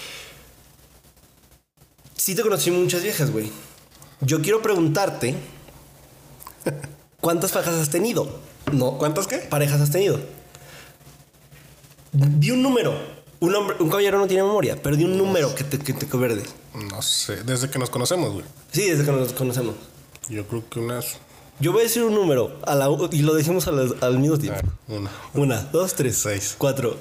Sí te conocí muchas viejas, güey. Yo quiero preguntarte... ¿Cuántas parejas has tenido? No. ¿Cuántas qué? Parejas has tenido. Di un número. Un, hombre, un caballero no tiene memoria, pero di un número que te, que te acuerdes. No sé, desde que nos conocemos, güey. Sí, desde que nos conocemos. Yo creo que unas... Yo voy a decir un número a la, u- y lo decimos a la- al mismo A tiempo. ver, una. Una, dos, tres, Seis. cuatro.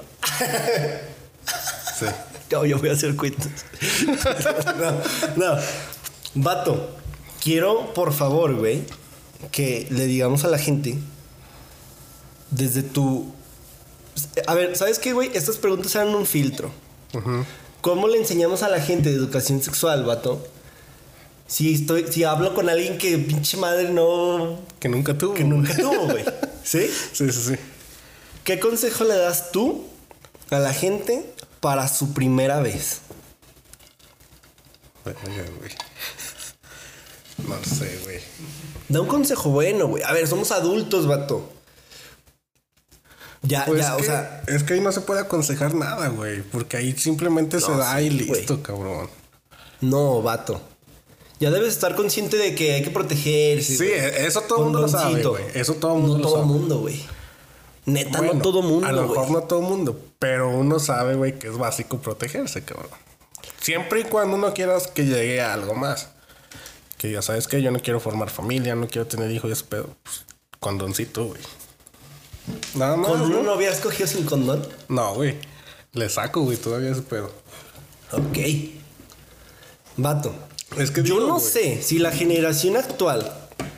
Sí. No, yo voy a hacer cuentas. no, no. Vato, quiero, por favor, güey, que le digamos a la gente desde tu... A ver, ¿sabes qué, güey? Estas preguntas eran un filtro. Ujú. ¿Cómo le enseñamos a la gente de educación sexual, vato? Si estoy, si hablo con alguien que pinche madre no... Que nunca tuvo. que nunca tuvo, güey. ¿Sí? Sí, sí, sí. ¿Qué consejo le das tú a la gente para su primera vez? Oiga, güey. No sé, güey. Da un consejo bueno, güey. A ver, somos adultos, vato. Ya, Pues ya, que, o sea... es que ahí no se puede aconsejar nada, güey. Porque ahí simplemente se No, da sí, y listo, güey. cabrón. No, vato. Ya debes estar consciente de que hay que protegerse. Sí, güey. eso todo el mundo lo sabe, Condoncito. güey. Eso todo el mundo No lo todo sabe. mundo, güey. Neta, Bueno, no todo mundo, a lo mejor güey. no todo el mundo, pero uno sabe, güey, que es básico protegerse, cabrón. Siempre y cuando uno quieras que llegue a algo más. Que ya sabes que yo no quiero formar familia, no quiero tener hijos y ese pedo. Pues, condoncito, güey. Nada más. ¿Con uno ¿no? no habías cogido sin condón? No, güey. Le saco, güey, todavía ese pedo. Ok. Vato. Es que Yo digo, no güey, sé si la generación actual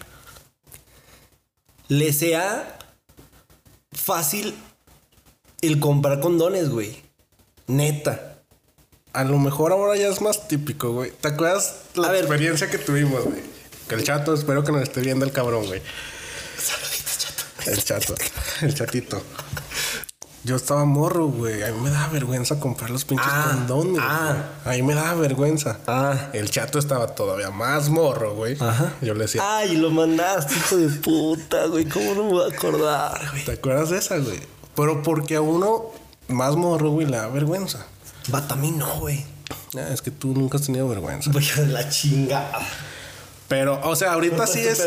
le sea fácil el comprar condones, güey. Neta. A lo mejor ahora ya es más típico, güey. ¿Te acuerdas la A ver. experiencia que tuvimos, güey? Que el chato, espero que nos esté viendo el cabrón, güey. Saluditos, chato. El chato, el chatito. Yo estaba morro, güey. A mí me daba vergüenza comprar los pinches Ah, condones. ah. güey. A mí me daba vergüenza. Ah. El chato estaba todavía más morro, güey. Ajá. Yo le decía, Ay, lo mandaste, hijo de puta, güey. ¿Cómo no me voy a acordar, güey? ¿te acuerdas de esa, güey? Pero porque a uno más morro, güey, le da vergüenza. Vato, a mí no, güey. Ah, es que tú nunca has tenido vergüenza. Voy a la chingada. Pero, o sea, ahorita sí es.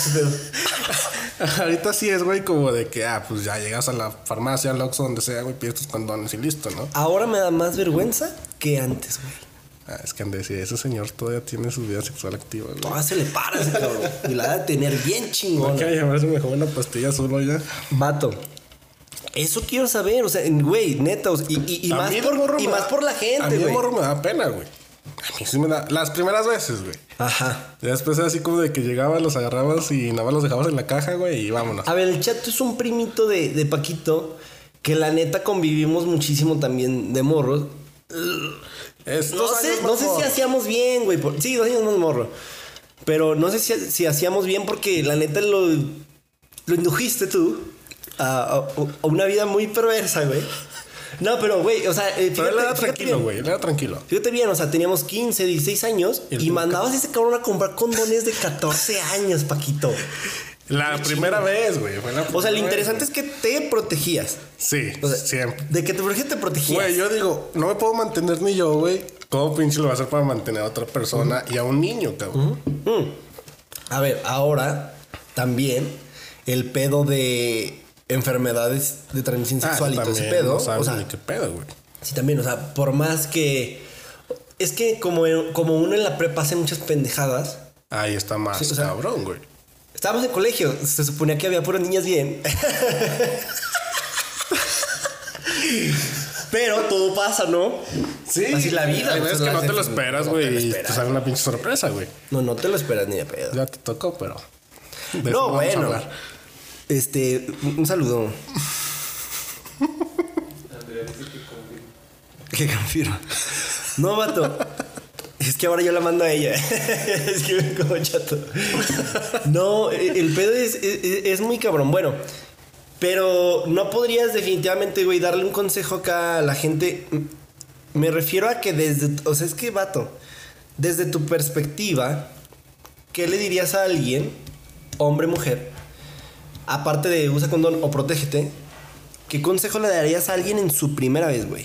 Ahorita sí es, güey, como de que, ah, pues ya llegas a la farmacia, al Oxxo, donde sea, güey, pides tus condones y listo, ¿no? Ahora me da más vergüenza que antes, güey. Ah, es que Andrés, ese señor todavía tiene su vida sexual activa, güey. Todavía se le para ese cabrón. Y la ha de tener bien No chingona. quiere llamarse mejor una pastilla solo ya. Vato. Eso quiero saber, o sea, güey, neta, o sea, y, y, y A más, mí de por, morro y me más da- por la A mí gente, de güey. morro me da pena, güey. A mí sí me da. Las primeras veces, güey. Ajá. Ya después era así como de que llegabas, los agarrabas y nada más los dejabas en la caja, güey, y vámonos. A ver, el Chato es un primito de, de Paquito que la neta convivimos muchísimo también de morros. Es No dos sé, años no más sé si morro. hacíamos bien, güey. por- Sí, dos años más morro. Pero no sé si, si hacíamos bien porque la neta lo, lo indujiste tú a, a- a una vida muy perversa, güey. No, pero, güey, o sea, eh, Pero él era fíjate tranquilo, bien. güey. Él era tranquilo. Fíjate bien, o sea, teníamos quince, dieciséis años Y el y tuvo mandabas a ese cabrón a comprar condones de catorce años, Paquito. La primera vez, güey. fue la O sea, primera lo vez, interesante güey. es que te protegías. Sí, O sea, siempre. de que te protegías, te protegías. Güey, yo digo, no me puedo mantener ni yo, güey. ¿Cómo pinche lo va a hacer para mantener a otra persona y a un niño, cabrón? Mm. A ver, ahora también el pedo de enfermedades de transmisión Ah, sexual y todo ese también pedo. No sabes o sea, ni qué pedo, güey. sí, también, o sea, por más que. Es que como, como uno en la prepa hace muchas pendejadas. Ahí está más Sí, o sea, cabrón, güey. Estábamos en colegio, se suponía que había puras niñas bien. Pero todo pasa, ¿no? Sí. Así la vida. Hay pues, veces que la- no te lo esperas, no te lo güey. y esperas. te sale una pinche sorpresa, güey. No, no te lo esperas ni de pedo. Ya te tocó, pero. de eso No, vamos a bueno. hablar. Este, un un saludo. Que confirma. No, vato. Es que ahora yo la mando a ella. Es que me como chato. No, el pedo es, es, es muy cabrón. Bueno, pero no podrías definitivamente, güey, darle un consejo acá a la gente. Me refiero a que desde... O sea, es que, vato, desde tu perspectiva, ¿qué le dirías a alguien, hombre, mujer, aparte de usa condón o protégete, qué consejo le darías a alguien en su primera vez, güey?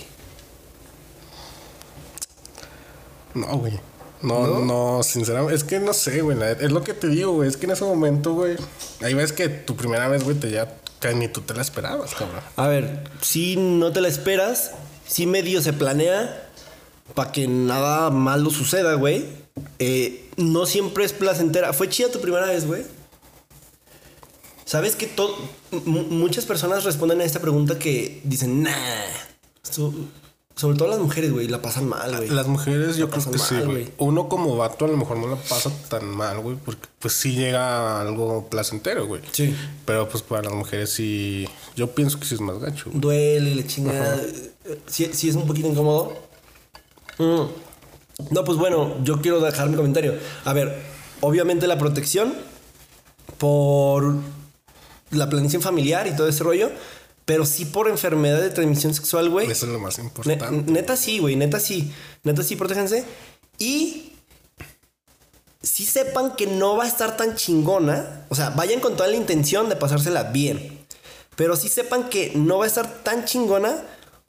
No, güey. No, ¿No? no, sinceramente, es que no sé, güey. la- Es lo que te digo, güey. Es que en ese momento, güey, hay veces que tu primera vez, güey, te ya que ni tú te la esperabas, cabrón. A ver, si no te la esperas, si medio se planea para que nada malo suceda, güey. Eh, no siempre es placentera. ¿Fue chida tu primera vez, güey? ¿Sabes que to- m- muchas personas responden a esta pregunta que dicen, nah. So- sobre todo las mujeres, güey, la pasan mal, güey. Las mujeres yo creo pasan que sí, mal, güey. güey. Uno como vato a lo mejor no la pasa tan mal, güey, porque pues sí llega algo placentero, güey. Sí. Pero pues para las mujeres sí, yo pienso que sí es más gacho. güey. Duele, le chingada. Sí, sí es un poquito incómodo. Mm. No, pues bueno, yo quiero dejar mi comentario. A ver, obviamente la protección por la planificación familiar y todo ese rollo, pero sí por enfermedad de transmisión sexual, güey. Eso es lo más Ne- importante. neta sí, güey, neta sí. Neta sí, protéjanse. Y sí sepan que no va a estar tan chingona. O sea, vayan con toda la intención de pasársela bien. Pero sí sepan que no va a estar tan chingona.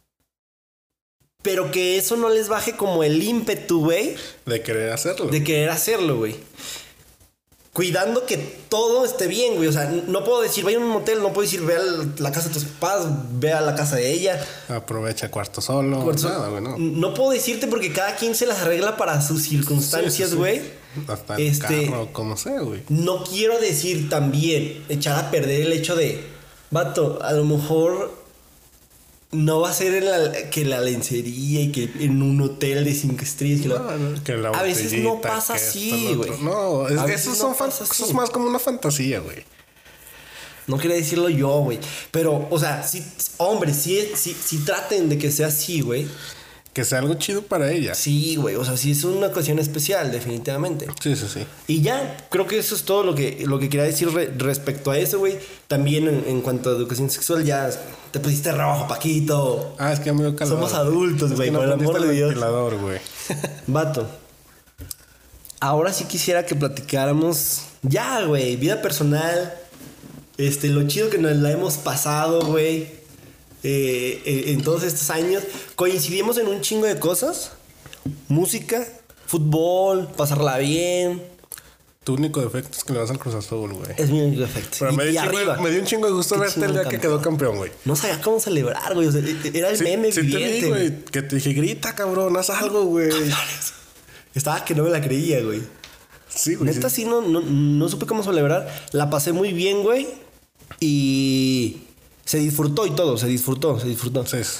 Pero que eso no les baje como el ímpetu, güey, De querer hacerlo. de querer hacerlo, güey. Cuidando que todo esté bien, güey. O sea, no puedo decir, vaya a un motel, no puedo decir, ve a la casa de tus papás, ve a la casa de ella. Aprovecha cuarto solo. Cuarto- Nada, güey, no. No puedo decirte porque cada quien se las arregla para sus circunstancias, Sí, sí, sí. güey. Hasta el Este, carro, como sea, güey. no quiero decir también, echar a perder el hecho de, vato, a lo mejor no va a ser en la, que la lencería y que en un hotel de cinco estrellas. Que lo- No, no, que la a veces no botellita, pasa que así, esto, lo otro. güey. No, es- A veces esos no son fan- pasa así. eso es más como una fantasía, güey. No quería decirlo yo, güey. Pero, o sea, sí, hombre, sí, sí, sí traten de que sea así, güey. Que sea algo chido para ella. Sí, güey. O sea, sí es una ocasión especial, definitivamente. Sí, sí, sí. Y ya, creo que eso es todo lo que, lo que quería decir re- respecto a eso, güey. También en, en cuanto a educación sexual, ya te pusiste rojo, Paquito. Ah, es que amigo calor. Somos adultos, Es güey, que no por el amor prendiste de el Dios. ventilador, güey. Vato. Ahora sí quisiera que platicáramos. Ya, güey. Vida personal. Este, lo chido que nos la hemos pasado, güey. Eh, eh, en todos estos años. Coincidimos en un chingo de cosas. Música, fútbol, pasarla bien. Tu único defecto es que le vas al Cruz Azul, güey. Es mi único efecto. Pero Y- me y dio, chingo- arriba. me dio un chingo de gusto Qué verte el chingón día que campeón. quedó campeón, güey. No sabía cómo celebrar, güey. O sea, era el meme sí te viviente. vi, güey. güey. Que te dije, grita, cabrón, haz algo, güey. Estaba que no me la creía, güey. Sí, güey. Neta, sí. sí, no, no, no supe cómo celebrar. La pasé muy bien, güey. Y se disfrutó y todo, se disfrutó, se disfrutó. Sí, sí, sí.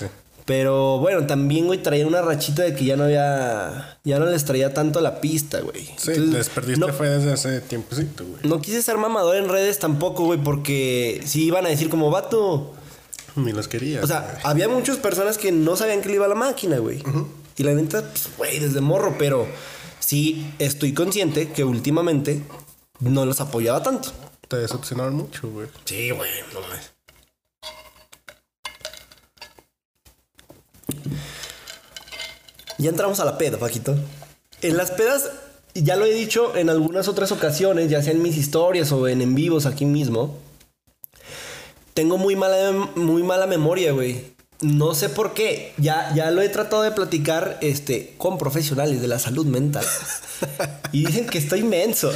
Pero bueno, también, güey, traía una rachita de que ya no había... Ya no les traía tanto la pista, güey. Sí, Entonces, les perdiste no, fue desde hace tiempecito, güey. no quise ser mamador en redes tampoco, güey, porque sí iban a decir como, vato... Ni los quería. O sea, güey. había muchas personas que no sabían que le iba a la máquina, güey. Uh-huh. Y la neta, pues, güey, desde morro, pero sí estoy consciente que últimamente no los apoyaba tanto. Te decepcionaron mucho, güey. Sí, güey, no mames. Ya entramos a la peda, Paquito. En las pedas, ya lo he dicho en algunas otras ocasiones, ya sea en mis historias o en en vivos aquí mismo. Tengo muy mala, muy mala memoria, güey. No sé por qué. Ya, ya lo he tratado de platicar este, con profesionales de la salud mental. Y dicen que estoy menso.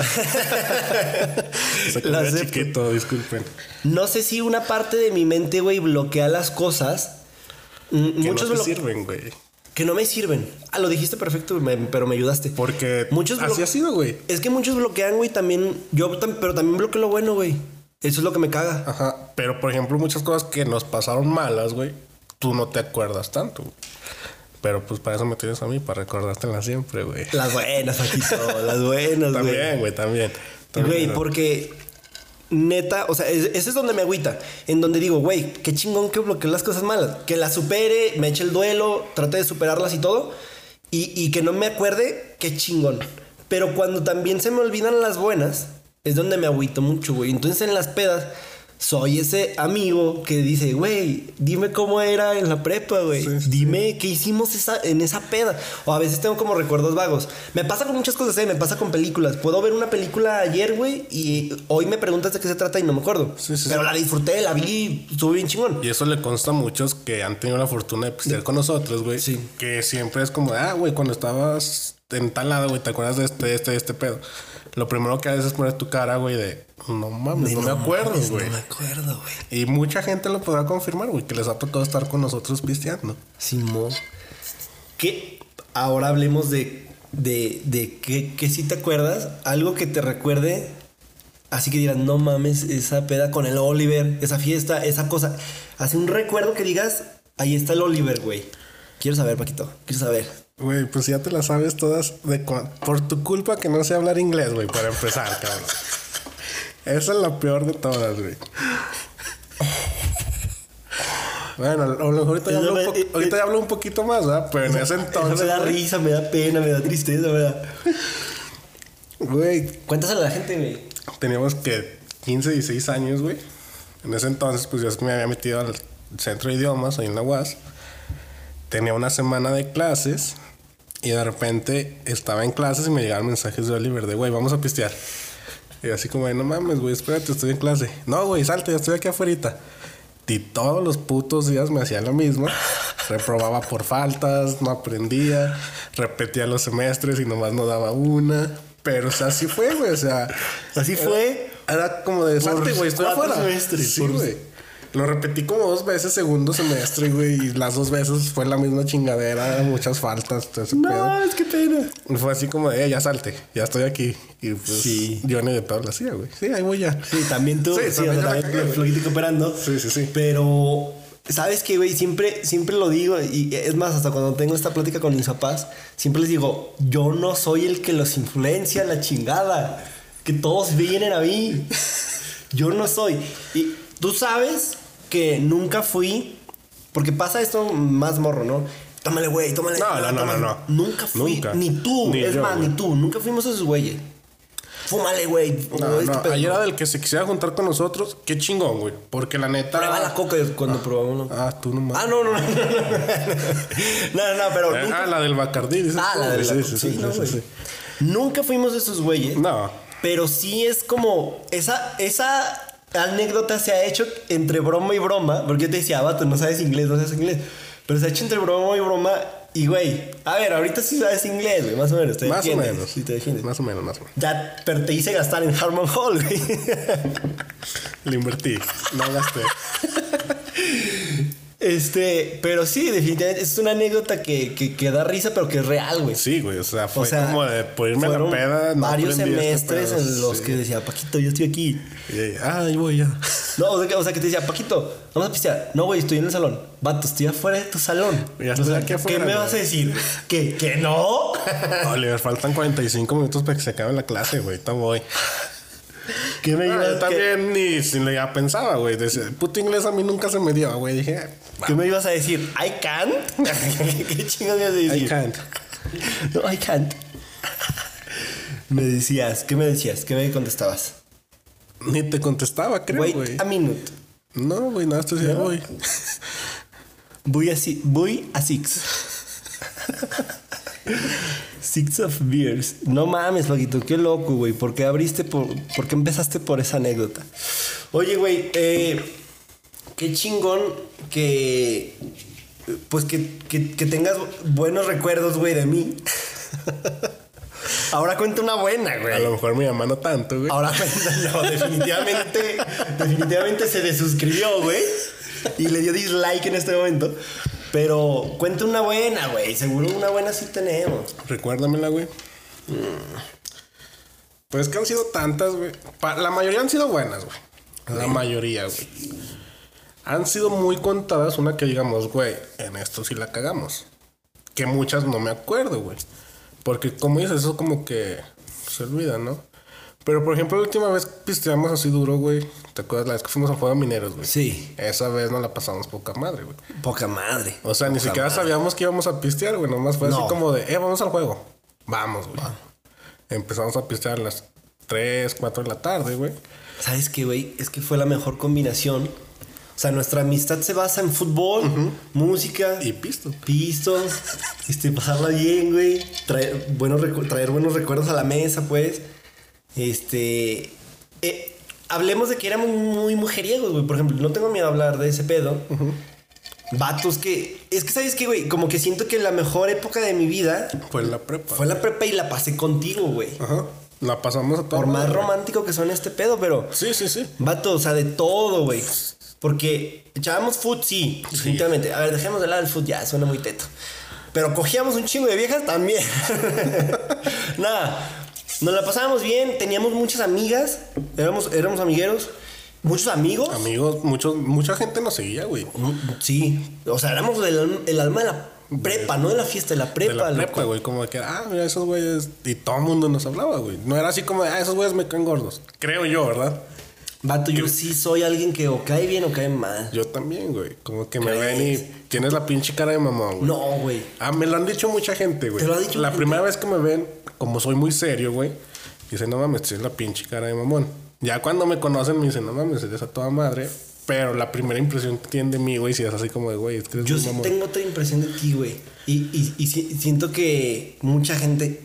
Se chiquito, disculpen. No sé si una parte de mi mente, güey, bloquea las cosas. Que Muchos no te blo- sirven, güey. Que no me sirven. Ah, lo dijiste perfecto, me- pero me ayudaste. Porque muchos blo- así ha sido, güey. Es que muchos bloquean, güey, también. Yo, tam- pero también bloqueo lo bueno, güey. Eso es lo que me caga. Ajá. Pero, por ejemplo, muchas cosas que nos pasaron malas, güey, tú no te acuerdas tanto, güey. Pero, pues, para eso me tienes a mí, para recordártelas siempre, güey. Las buenas, Paquito. Las buenas, güey. También, güey, también. también Güey, ¿no? porque... Neta, o sea, es- ese es donde me agüita. En donde digo, güey, qué chingón que bloqueé las cosas malas. Que las supere, me eche el duelo, trate de superarlas y todo. Y, y que no me acuerde, qué chingón. Pero cuando también se me olvidan las buenas, es donde me agüito mucho, güey. Entonces en las pedas, soy ese amigo que dice, güey, dime cómo era en la prepa, güey. Sí, sí, dime qué hicimos esa, en esa peda. O a veces tengo como recuerdos vagos. Me pasa con muchas cosas, ¿eh? Me pasa con películas. Puedo ver una película ayer, güey, y hoy me preguntas de qué se trata y no me acuerdo. Sí, sí, Pero sí. la disfruté, la vi, estuvo bien chingón. Y eso le consta a muchos que han tenido la fortuna de pistear con nosotros, güey. Sí. Que siempre es como, ah, güey, cuando estabas en tal lado, güey, ¿te acuerdas de este, este, este pedo? Lo primero que haces es poner tu cara, güey, de, no mames, De no, me acuerdo, mames, güey. No me acuerdo, güey. Y mucha gente lo podrá confirmar, güey, que les ha tocado estar con nosotros pisteando. Simón. Que ahora hablemos de, de, de que, que si te acuerdas, algo que te recuerde, así que digas, no mames, esa peda con el Oliver, esa fiesta, esa cosa. Hace un recuerdo que digas, ahí está el Oliver, güey. Quiero saber, Paquito, quiero saber. Güey, pues ya te las sabes todas de cua- por tu culpa que no sé hablar inglés, güey, para empezar, cabrón. Esa es la peor de todas, güey. Bueno, a lo mejor ahorita, ya hablo, un po- ahorita ya hablo un poquito más, ¿verdad? Pero en ese entonces... Eso me da güey, risa, me da pena, me da tristeza, me da... Güey, Cuéntaselo a la gente, güey. teníamos que quince, dieciséis años, güey. En ese entonces, pues yo es que me había metido al centro de idiomas, ahí en la U A S. Tenía una semana de clases y de repente estaba en clases y me llegaban mensajes de Oliver de, güey, vamos a pistear. Y así como, de, no mames, güey, espérate, estoy en clase. No, güey, salte, ya estoy aquí afuera. Y todos los putos días me hacía lo mismo. Reprobaba por faltas, no aprendía, repetía los semestres y nomás no daba una. Pero, o sea, así fue, güey, o sea... Así era- fue. Era como de, salte, güey, estoy cuatro afuera. semestres, Sí, por- güey. Lo repetí como dos veces segundo semestre, güey. Y las dos veces fue la misma chingadera, muchas faltas, todo ese pedo. No, es que pena. Y fue así como de, eh, ya salte, ya estoy aquí. Y pues Sí. yo ni de pedo lo hacía, güey. Sí, ahí voy ya. Sí, también tú. Sí, Sí, también o sea, yo la también cagué, güey. flojito cooperando. Sí, sí, sí. Pero, ¿sabes qué, güey? Siempre, siempre lo digo. Y es más, hasta cuando tengo esta plática con mis papás, siempre les digo, yo no soy el que los influencia la chingada. Que todos vienen a mí. Yo no soy. Y tú sabes que nunca fui... Porque pasa esto más morro, ¿no? Tómale, güey, tómale. No, no, no, tómale. no, no. Nunca fui. Nunca. Ni tú. Ni es yo, más, güey. ni tú. Nunca fuimos esos güeyes. Fúmale, güey. No, O este no, pedo. ayer era del que se quisiera juntar con nosotros. Qué chingón, güey. Porque la neta... Prueba la coca cuando probamos. ¿no? Ah, tú nomás. Ah, no, no, no. No, no, no, pero. Ah, nunca... la del Bacardí, dices Ah, tú, la de güey. la Sí, coca. sí, Sí, sí, no, sí, güey. sí. Nunca fuimos esos güeyes. No. Pero sí es como. Esa, esa anécdota se ha hecho entre broma y broma. Porque yo te decía, vato, no sabes inglés, no sabes inglés. Pero se ha hecho entre broma y broma. Y, güey, a ver, ahorita sí sabes inglés, güey, más o menos. Te Más o defiendes, menos. Sí, te defiendes. Más o menos, más o menos. Ya, pero te hice gastar en Harmon Hall, güey. Le invertí. No gasté. Este, pero sí, definitivamente es una anécdota que, que, que da risa, pero que es real, güey. Sí, güey, o sea, fue O sea, como de por irme a la peda. No varios aprendí este semestres pedo, en los sí. que decía, Paquito, yo estoy aquí. Y, ah, ahí voy ya. No, o sea, que, o sea, que te decía, Paquito, vamos a pistear. No, güey, estoy en el salón. Vato, estoy afuera de tu salón. Ya O estoy sea, aquí afuera, ¿qué me güey. vas a decir? ¿Que, que no? Oliver, faltan cuarenta y cinco minutos para que se acabe la clase, güey. Ahorita voy. ¿Qué me Ah, ibas yo que- también ni si le ya pensaba, güey. Decía, puto inglés a mí nunca se me dio, güey. Dije, ¿Qué me ibas a decir? ¿I can't? ¿Qué chingados me ibas a decir? I can't. No, I can't. Me decías, ¿qué me decías? ¿Qué me contestabas? Ni te contestaba, creo, Wait güey. a minute. No, güey, nada, esto decía, ¿No? voy. Voy a, si- voy a six. Six of beers. No mames, Paquito, qué loco, güey. ¿Por qué abriste por... ¿Por qué empezaste por esa anécdota? Oye, güey, eh, qué chingón que... Pues que, que, que tengas buenos recuerdos, güey, de mí. Ahora cuenta una buena, güey. A lo mejor mi mamá no tanto, güey. Ahora cuenta, no, definitivamente, definitivamente se desuscribió, güey. Y le dio dislike en este momento. Pero cuenta una buena, güey. Seguro una buena sí tenemos. Recuérdamela, güey. Pues que han sido tantas, güey. Pa- La mayoría han sido buenas, güey. La mayoría, güey. Han sido muy contadas una que digamos, güey, en esto sí la cagamos. Que muchas no me acuerdo, güey. Porque como dices, eso como que se olvida, ¿no? Pero por ejemplo, la última vez pisteamos así duro, güey. ¿Te acuerdas la vez que fuimos a Juego de Mineros, güey? Sí. Esa vez nos la pasamos poca madre, güey. Poca madre. O sea, ni Poca siquiera madre. sabíamos que íbamos a pistear, güey. Nomás fue No. así como de, eh, vamos al juego. Vamos, güey. Empezamos a pistear a las tres, cuatro de la tarde, güey. ¿Sabes qué, güey? Es que fue la mejor combinación. O sea, nuestra amistad se basa en fútbol, música, Y pisto. pistos, este, pasarla bien, güey. Traer buenos, recu- traer buenos recuerdos a la mesa, pues. Este. eh, hablemos de que éramos muy mujeriegos, güey. Por ejemplo, no tengo miedo a hablar de ese pedo. Vatos que. Es que, ¿sabes qué, güey? Como que siento que la mejor época de mi vida Fue en la prepa. fue la prepa y la pasé contigo, güey. Ajá. La pasamos a todo. Por más madre. romántico que suene este pedo, pero. Sí, sí, sí. Vato, o sea, de todo, güey. Porque echábamos foot, sí, definitivamente. A ver, dejemos de lado el foot, ya, suena muy teto. Pero cogíamos un chingo de viejas también. Nada, nos la pasábamos bien, teníamos muchas amigas, éramos, éramos amigueros, muchos amigos. Amigos, muchos, mucha gente nos seguía, güey. Mm, Sí, o sea, éramos el, el alma de la prepa, no de la fiesta, de la prepa. De la loco. prepa, güey. Como que, ah, mira, esos güeyes. Y todo el mundo nos hablaba, güey. No era así como de, ah, esos güeyes me caen gordos. Creo yo, ¿verdad? Vato, yo sí soy alguien que o cae bien o cae mal. Yo también, güey. Como que me ¿Crees? ven y tienes la pinche cara de mamón, güey. No, güey. Ah, me lo han dicho mucha gente, güey. ¿Te lo ha dicho La gente? primera vez que me ven, como soy muy serio, güey, dicen, no mames, tienes la pinche cara de mamón. Ya cuando me conocen me dicen, no mames, eres a toda madre. Pero la primera impresión que tienen de mí, güey, si es así como de, güey, es que eres Yo un sí mamón. tengo otra impresión de ti, güey. Y, y, y si- siento que mucha gente.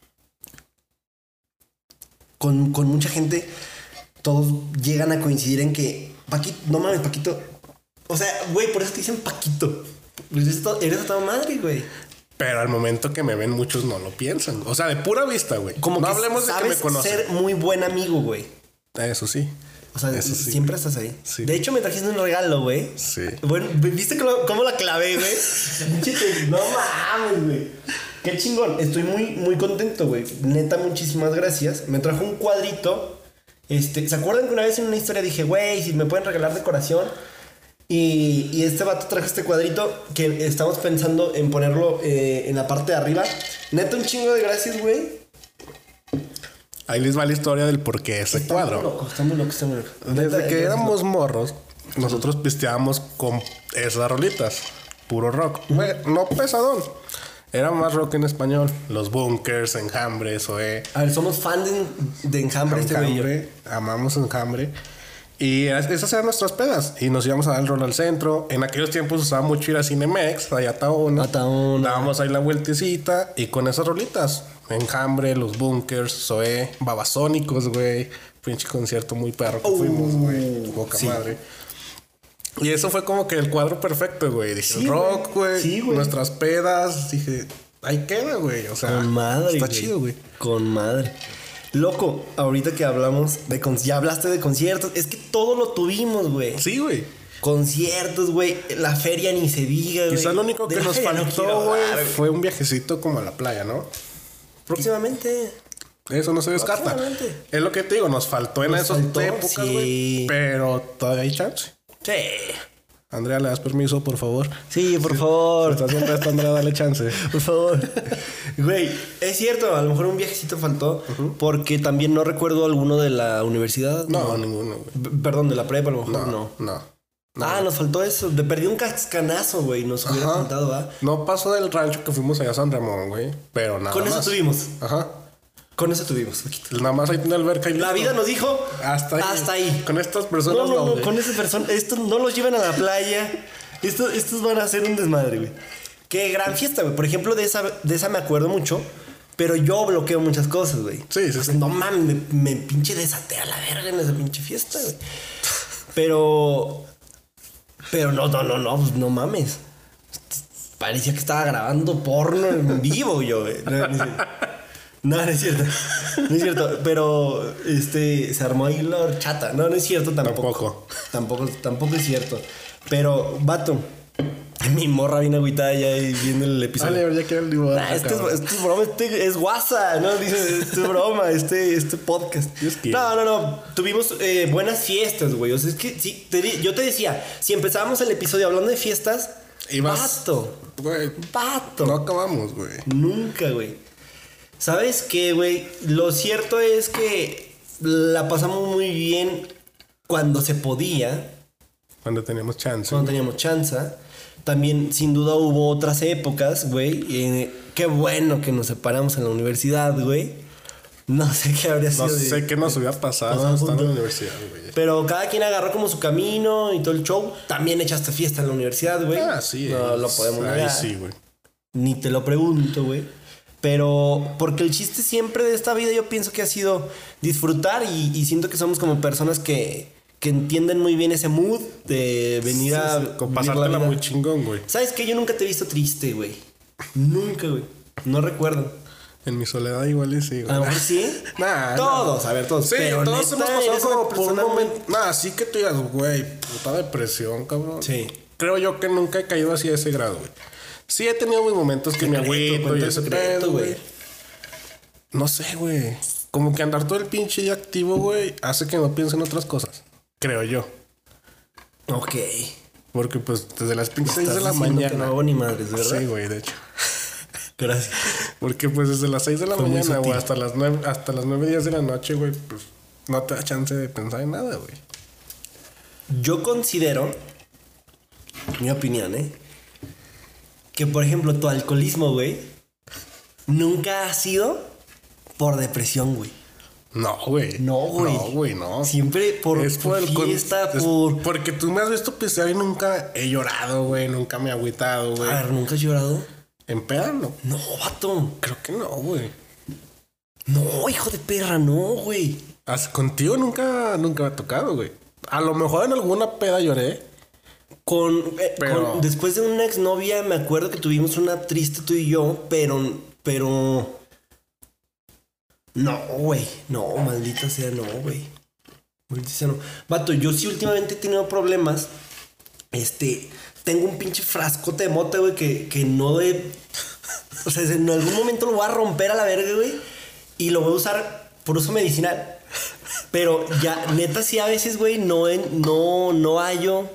Con, con mucha gente. Todos llegan a coincidir en que. Paquito, no mames, Paquito. O sea, güey, por eso te dicen Paquito. Eres, to- eres a toda madre, güey. Pero al momento que me ven, muchos no lo piensan. O sea, de pura vista, güey. Como no que hablemos de que me sabes conocen. ser muy buen amigo, güey. Eso sí. O sea, Eso sí, siempre güey. estás ahí. Sí. De hecho, me trajiste un regalo, güey. Sí. Bueno, ¿viste cómo, cómo la clavé, güey? Pinche te- no mames, güey. Qué chingón. Estoy muy, muy contento, güey. Neta, muchísimas gracias. Me trajo un cuadrito. Este, ¿se acuerdan que una vez en una historia dije, güey, si me pueden regalar decoración? Y, y este vato trajo este cuadrito que estamos pensando en ponerlo eh, en la parte de arriba. Neta, un chingo de gracias, güey. Ahí les va la historia del por qué ese Está cuadro. muy loco, está muy loco, está muy loco. Desde Neta, que gracias, éramos morros, nosotros pisteábamos con esas rolitas. Puro rock. Güey, no pesadón. Era más rock en español. Los Bunkers, Enjambre, Zoé. A ver, somos fan de, de Enjambre, este güey. y yo. Enjambre. Amamos Enjambre. Y esas eran nuestras pedas. Y nos íbamos a dar el rol al centro. En aquellos tiempos usaba mucho ir a Cinemex, allá a Taona. A Taona. Dábamos ahí la vueltecita. Y con esas rolitas. Enjambre, los Bunkers, Zoé, Babasónicos, güey. Pinche concierto muy perro que Oh, fuimos, güey. Boca sí. madre. Y eso fue como que el cuadro perfecto, güey. Dije, Sí, rock, güey. güey. Sí, güey. Nuestras pedas. Dije, ahí queda, güey. O sea, Con madre, está güey. chido, güey. Con madre. Loco, ahorita que hablamos de con- ya hablaste de conciertos, es que todo lo tuvimos, güey. Sí, güey. conciertos, güey. La feria ni se diga, güey. Quizás lo único que De la nos feria no faltó, quiero güey, hablar, fue un viajecito como a la playa, ¿no? Próximamente. Eso no se descarta. Próximamente. Es lo que te digo, nos faltó en Nos esas faltó, épocas, güey. sí. Pero todavía hay chance. Sí. Andrea, ¿le das permiso, por favor? Sí, por favor. Estás haciendo esto, Andrea, dale chance. Por favor. Güey, es cierto, a lo mejor un viajecito faltó. Uh-huh. Porque también no recuerdo alguno de la universidad. No, no. ninguno, güey. B- perdón, de la prepa, a lo mejor no. No, no. no. Ah, nos faltó eso. De perdí un cascanazo, güey. Nos hubiera Ajá. faltado, ¿ah? No pasó del rancho que fuimos allá a San Ramón, güey. Pero nada Con más. eso tuvimos. Ajá. Con eso tuvimos. Nada más ahí tiene alberca y La listo. vida nos dijo Hasta ahí. Hasta ahí. Con estas personas No, no, no, güey. con esas personas. Estos no los llevan a la playa. Estos, estos van a hacer un desmadre, güey. Qué gran fiesta, güey. Por ejemplo, de esa, de esa me acuerdo mucho. Pero yo bloqueo muchas cosas, güey. Sí, sí, O sea, sí. no mames, me, me pinche desaté a la verga en esa pinche fiesta, güey. Pero. Pero no, no, no, no, pues no mames. Parecía que estaba grabando porno en vivo yo, güey. No, no es cierto. No, no es cierto. No es cierto. Pero este se armó ahí la horchata. No, no es cierto tampoco. Tampoco. Tampoco, tampoco es cierto. Pero, vato, mi morra viene agüitada ya ahí viendo el episodio. Dale, ya quiero el dibujo. Nah, esto, es, esto es broma, este es WhatsApp, ¿no? Dice, esto es broma, este, este podcast. No, no, no. Tuvimos eh, buenas fiestas, güey. O sea, es que sí, te, yo te decía, si empezábamos el episodio hablando de fiestas, Ibas, vato. Güey. Vato. No acabamos, güey. Nunca, güey. ¿Sabes qué, güey? Lo cierto es que la pasamos muy bien cuando se podía. Cuando teníamos chance. Cuando teníamos chance. También, sin duda, hubo otras épocas, güey. Eh, qué bueno que nos separamos en la universidad, güey. No sé qué habría sido. No sé de, qué nos hubiera pasado pasar estando en juntos. la universidad, güey. Pero cada quien agarró como su camino y todo el show. También echaste fiesta en la universidad, güey. Ah, sí. No lo podemos Ahí negar. sí, güey. Ni te lo pregunto, güey. Pero porque el chiste siempre de esta vida yo pienso que ha sido disfrutar y, y siento que somos como personas que, que entienden muy bien ese mood de venir Sí, a... sí, con vivir la pasártela vida. muy chingón, güey. ¿Sabes qué? Yo nunca te he visto triste, güey. Nunca, güey. No recuerdo. En mi soledad igual y sí, güey. A lo mejor sí. Nah, Todos, nah. a ver, todos. Sí, pero todos neta, hemos pasado eres como una por un persona muy- momento. Nah, sí que tú digas, güey, puta depresión, cabrón. Sí. Creo yo que nunca he caído así a ese grado, güey. Sí he tenido mis momentos que me Secreto, agüito y cuenta ese secreto, pedo, güey. güey. No sé, güey. Como que andar todo el pinche día activo, güey, hace que no piense en otras cosas. Creo yo. Ok. Porque pues desde las pinches seis Estás de la diciendo mañana. que no hago ni madres, ¿verdad? Sí, güey, de hecho. Gracias. Porque pues desde las seis de la Fue muy mañana, güey, sutil. hasta las nueve, hasta las nueve días de la noche, güey, pues no te da chance de pensar en nada, güey. Yo considero, mi opinión, ¿eh? Que, por ejemplo, tu alcoholismo, güey, nunca ha sido por depresión, güey. No, güey. No, güey. No, güey, no. Siempre por, Es por el con- fiesta, es por... Porque tú me has visto pistear y nunca he llorado, güey. Nunca me he agüitado, güey. A ver, ¿nunca has llorado? ¿En peda no? No, vato. Creo que no, güey. No, hijo de perra, no, güey. As- Contigo nunca, nunca me ha tocado, güey. A lo mejor en alguna peda lloré. Con, eh, Pero- con- después de una exnovia me acuerdo que tuvimos una triste tú y yo, pero, pero, no, güey, no, maldita sea, no, güey, maldita sea, no, vato, yo sí últimamente he tenido problemas, este, tengo un pinche frascote de mota, güey, que, que no de, o sea, en algún momento lo voy a romper a la verga, güey, y lo voy a usar por uso medicinal, pero ya, neta, sí a veces, güey, no, en- no, no hallo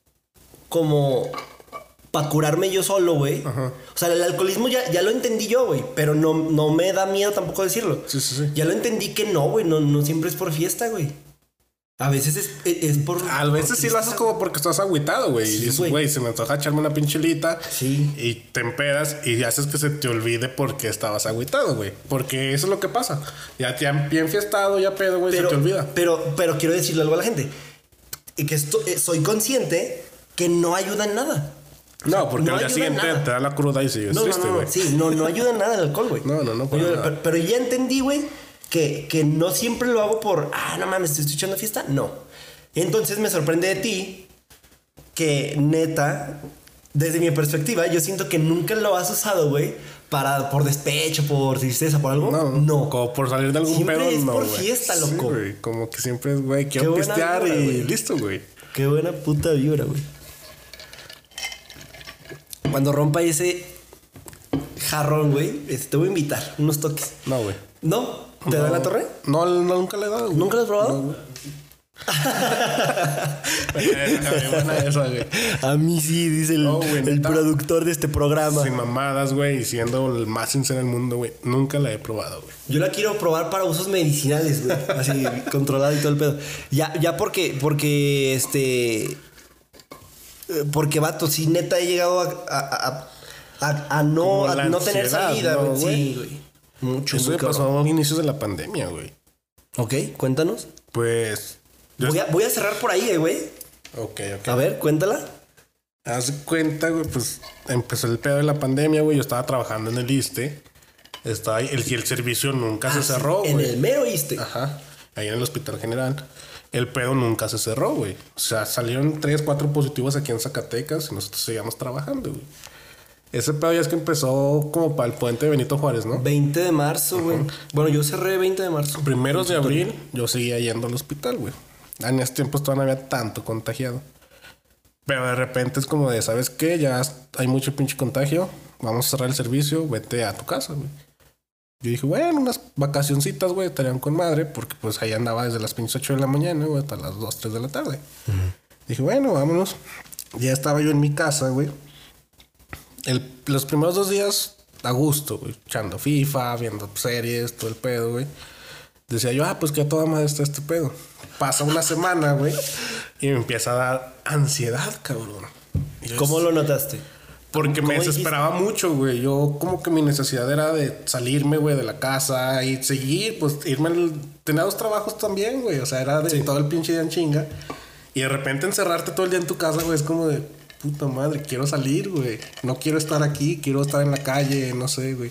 como para curarme yo solo, güey. Ajá. O sea, el alcoholismo ya, ya lo entendí yo, güey. Pero no, no me da miedo tampoco decirlo. Sí, sí, sí. Ya lo entendí que no, güey. No, no siempre es por fiesta, güey. A veces es, es, es por... A veces sí lo haces como porque estás agüitado, güey. Sí, y dices, güey. güey, se me antoja echarme una pinchelita. Sí. Y te empedas y haces que se te olvide porque estabas agüitado, güey. Porque eso es lo que pasa. Ya te han bien fiestado, ya pedo, güey, se Pero, te olvida. pero, pero quiero decirle algo a la gente. Y que esto, eh, soy consciente que no ayuda en nada. No, porque no al día ayuda en siguiente nada. te da la cruda y sigues No, no, triste, no, güey. no, sí, no, no ayuda en nada el alcohol, güey. No, no, no, para ayuda, nada. pero, pero ya entendí, güey, que, que no siempre lo hago por, ah, no mames, te estoy echando fiesta. No. Entonces me sorprende de ti que, neta, desde mi perspectiva, yo siento que nunca lo has usado, güey, para, por despecho, por tristeza, por algo. No, No. Como por salir de algún Siempre pedo, es no, por güey. fiesta, Sí, loco. güey. Como que siempre es, güey, quiero buena pistear onda, y güey. listo, güey. Qué buena puta vibra, güey. Cuando rompa ese jarrón, güey, este, te voy a invitar unos toques. No, güey. ¿No? ¿Te no, da la torre? No, no, nunca le he dado, güey. ¿Nunca lo has probado? No, esa, güey. A mí sí, dice el, No, güey, el neta. productor de este programa. Sin mamadas, güey, y siendo el más sincero del mundo, güey. Nunca la he probado, güey. Yo la quiero probar para usos medicinales, güey. Así, controlado y todo el pedo. Ya, ya porque, porque, este... eh, Porque, vato, si neta he llegado a... a, a, a- a no, Como a la no tener ansiedad, salida, ¿no, güey. güey? Sí, güey. Mucho, Eso muy me pasó cabrón. a inicios de la pandemia, güey. Ok, cuéntanos. Pues... yo- Voy a, voy a cerrar por ahí, eh, güey. Ok, ok. A ver, cuéntala. Haz de cuenta, güey, pues empezó el pedo de la pandemia, güey. Yo estaba trabajando en el ISSSTE. Estaba ahí, el, y el servicio nunca se Ah, sí, cerró, güey. en el mero iste. Ajá. Ahí en el Hospital General. El pedo nunca se cerró, güey. O sea, salieron tres, cuatro positivos aquí en Zacatecas y nosotros seguíamos trabajando, güey. Ese pedo ya es que empezó como para el puente de Benito Juárez, ¿no? veinte de marzo, güey. Bueno, yo cerré veinte de marzo. Primeros de abril yo seguía yendo al hospital, güey. En ese tiempo todavía no había tanto contagiado. Pero de repente es como de, ¿sabes qué? Ya hay mucho pinche contagio. Vamos a cerrar el servicio. Vete a tu casa, güey. Yo dije, bueno, unas vacacioncitas, güey, estarían con madre. Porque pues ahí andaba desde las pinches ocho de la mañana, güey, hasta las dos, tres de la tarde. Uh-huh. Dije, bueno, vámonos. Ya estaba yo en mi casa, güey. El, los primeros dos días a gusto, güey. Echando FIFA, viendo series, todo el pedo, güey. Decía yo, ah, pues que a toda madre está este pedo. Pasa una semana, güey, y me empieza a dar ansiedad, cabrón. Yo ¿Cómo es... lo notaste? Porque me desesperaba dijiste? mucho, güey. Yo como que mi necesidad era de salirme, güey, de la casa y seguir, pues irme al... Tenía dos trabajos también, güey. O sea, era de sí. todo el pinche día en chinga. Y de repente encerrarte todo el día en tu casa, güey, es como de... Puta madre, quiero salir, güey. No quiero estar aquí, quiero estar en la calle, no sé, güey.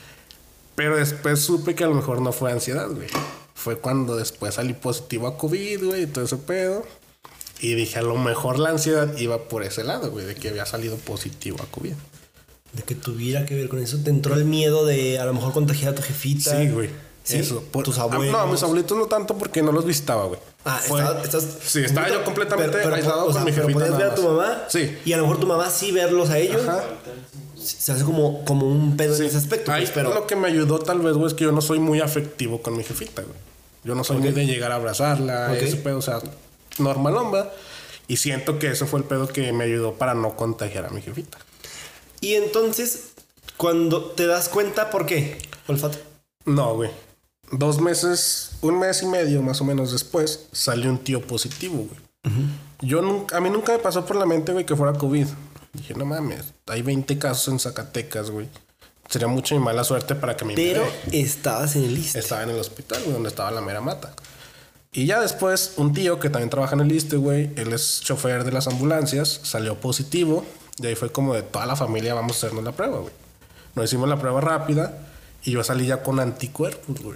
Pero después supe que a lo mejor no fue ansiedad, güey. Fue cuando después salí positivo a COVID, güey, y todo ese pedo. Y dije, a lo mejor la ansiedad iba por ese lado, güey, de que había salido positivo a COVID. De que tuviera que ver con eso. ¿Te entró el miedo de a lo mejor contagiar a tu jefita? Sí, güey. ¿Sí? Eso. Por, ¿Tus abuelos? Ah, no, mis abuelitos no tanto porque no los visitaba, güey. Ah, estás, estás... Sí, estaba yo completamente pero, pero, aislado o con sea, mi jefita. ¿podías ver a tu mamá? Sí. Y a lo mejor tu mamá sí verlos a ellos. Ajá. Se hace como, como un pedo sí. en ese aspecto. Ahí, pues, pero... Lo que me ayudó tal vez, güey, es que yo no soy muy afectivo con mi jefita, güey. Yo no soy okay. muy de llegar a abrazarla, okay. ese pedo, o sea, normal, hombre. Y siento que eso fue el pedo que me ayudó para no contagiar a mi jefita. Y entonces, cuando te das cuenta, ¿por qué? ¿Olfato? No, güey. Dos meses, un mes y medio más o menos después, salió un tío positivo, güey. Uh-huh. Yo nunca, a mí nunca me pasó por la mente, güey, que fuera COVID. Dije, no mames, hay veinte casos en Zacatecas, güey. Sería mucha y mala suerte para que me Pero impede. Estabas en el ISSSTE. Estaba en el hospital, güey, donde estaba la mera mata. Y ya después, un tío que también trabaja en el ISSSTE, güey, él es chofer de las ambulancias, salió positivo. Y ahí fue como de toda la familia, vamos a hacernos la prueba, güey. Nos hicimos la prueba rápida y yo salí ya con anticuerpos, güey.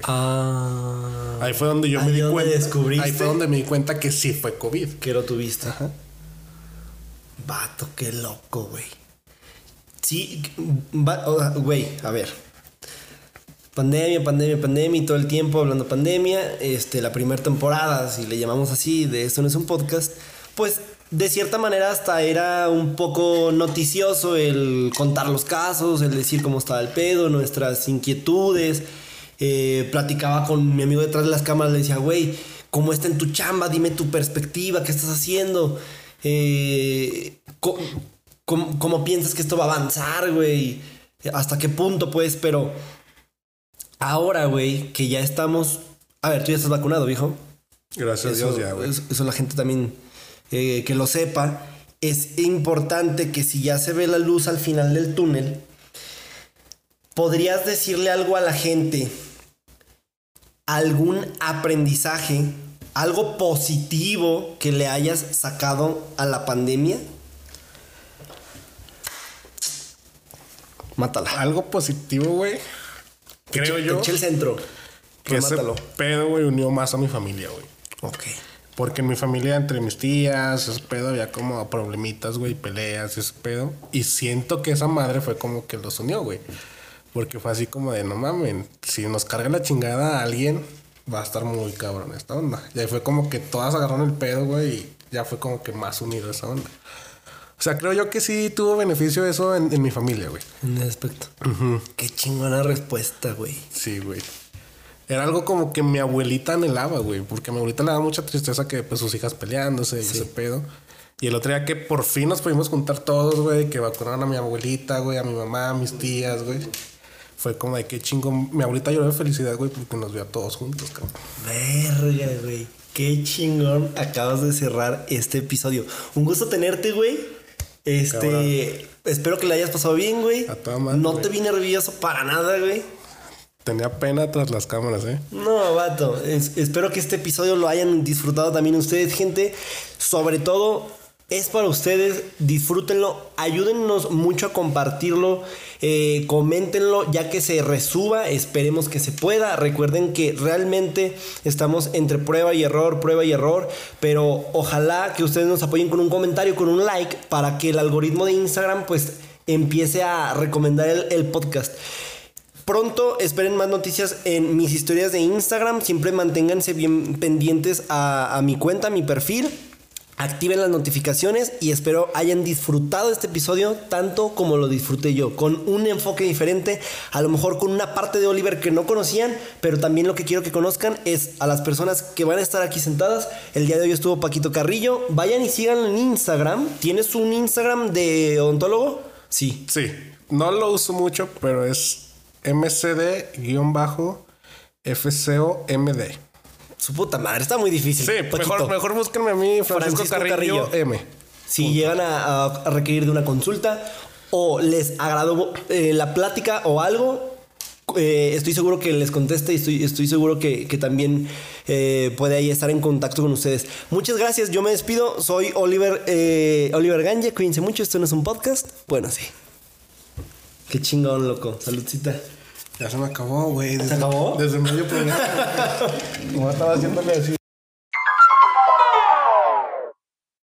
Ah. Ahí fue donde yo ahí me di donde cuenta. Descubriste ahí fue donde me di cuenta que sí fue COVID. Que lo tuviste. Ajá. Vato, qué loco, güey. Sí, güey, a ver. Pandemia, pandemia, pandemia y todo el tiempo hablando pandemia. Este, la primera temporada, si le llamamos así, de Esto No Es Un Podcast, pues de cierta manera hasta era un poco noticioso el contar los casos, el decir cómo estaba el pedo, nuestras inquietudes. Eh, platicaba con mi amigo detrás de las cámaras, le decía, güey, ¿cómo está en tu chamba? Dime tu perspectiva, ¿qué estás haciendo? Eh, ¿cómo, cómo, ¿Cómo piensas que esto va a avanzar, güey? ¿Hasta qué punto, pues? Pero ahora, güey, que ya estamos... A ver, tú ya estás vacunado, viejo. Gracias eso, a Dios, ya, güey. Eso, eso la gente también eh, que lo sepa. Es importante que si ya se ve la luz al final del túnel, ¿podrías decirle algo a la gente? ¿Algún aprendizaje? ¿Algo positivo que le hayas sacado a la pandemia? Mátala. Algo positivo, güey. Creo yo. Eché el centro. Que ese pedo, güey, unió más a mi familia, güey. Ok. Porque en mi familia, entre mis tías, ese pedo, había como problemitas, güey, peleas, ese pedo. Y siento que esa madre fue como que los unió, güey. Porque fue así como de, no mames, si nos carga la chingada a alguien, va a estar muy cabrón esta onda. Y ahí fue como que todas agarraron el pedo, güey, y ya fue como que más unido esa onda. O sea, creo yo que sí tuvo beneficio eso en, en mi familia, güey. En ese aspecto. Uh-huh. Qué chingona respuesta, güey. Sí, güey. Era algo como que mi abuelita anhelaba, güey. Porque a mi abuelita le daba mucha tristeza que pues sus hijas peleándose y sí. ese pedo. Y el otro día que por fin nos pudimos juntar todos, güey. Que vacunaron a mi abuelita, güey. A mi mamá, a mis tías, güey. Fue como de qué chingón. Mi abuelita lloró de felicidad, güey. Porque nos vio a todos juntos, cabrón. Verga, güey. Qué chingón acabas de cerrar este episodio. Un gusto tenerte, güey. Este, cabrón. Espero que le hayas pasado bien, güey. A toda madre, no güey. te vi nervioso para nada, güey. Tenía pena tras las cámaras, ¿eh? No, vato. Es, espero que este episodio lo hayan disfrutado también ustedes, gente. Sobre todo, es para ustedes. Disfrútenlo. Ayúdennos mucho a compartirlo. Eh, coméntenlo ya que se resuba. Esperemos que se pueda. Recuerden que realmente estamos entre prueba y error, prueba y error. Pero ojalá que ustedes nos apoyen con un comentario, con un like, para que el algoritmo de Instagram pues empiece a recomendar el, el podcast. Pronto esperen más noticias en mis historias de Instagram. Siempre manténganse bien pendientes a, a mi cuenta, a mi perfil. Activen las notificaciones y espero hayan disfrutado este episodio tanto como lo disfruté yo, con un enfoque diferente, a lo mejor con una parte de Oliver que no conocían, pero también lo que quiero que conozcan es a las personas que van a estar aquí sentadas. El día de hoy estuvo Paquito Carrillo. Vayan y síganlo en Instagram. ¿Tienes un Instagram de odontólogo? Sí. Sí, no lo uso mucho, pero es M C D-F C O M D. Su puta madre, está muy difícil. Sí, mejor, mejor búsquenme a mí, Francisco, Francisco Carrillo, Carrillo M. Si Punto. llegan a, a requerir de una consulta o les agradó eh, la plática o algo, eh, estoy seguro que les conteste y estoy, estoy seguro que, que también eh, puede ahí estar en contacto con ustedes. Muchas gracias, yo me despido. Soy Oliver, eh, Oliver Ganje. Cuídense mucho, esto no es un podcast. Bueno, sí. Qué chingón, loco. Saludcita. Ya se me acabó, güey. ¿Se acabó? Desde medio programa. Como estaba haciéndole así.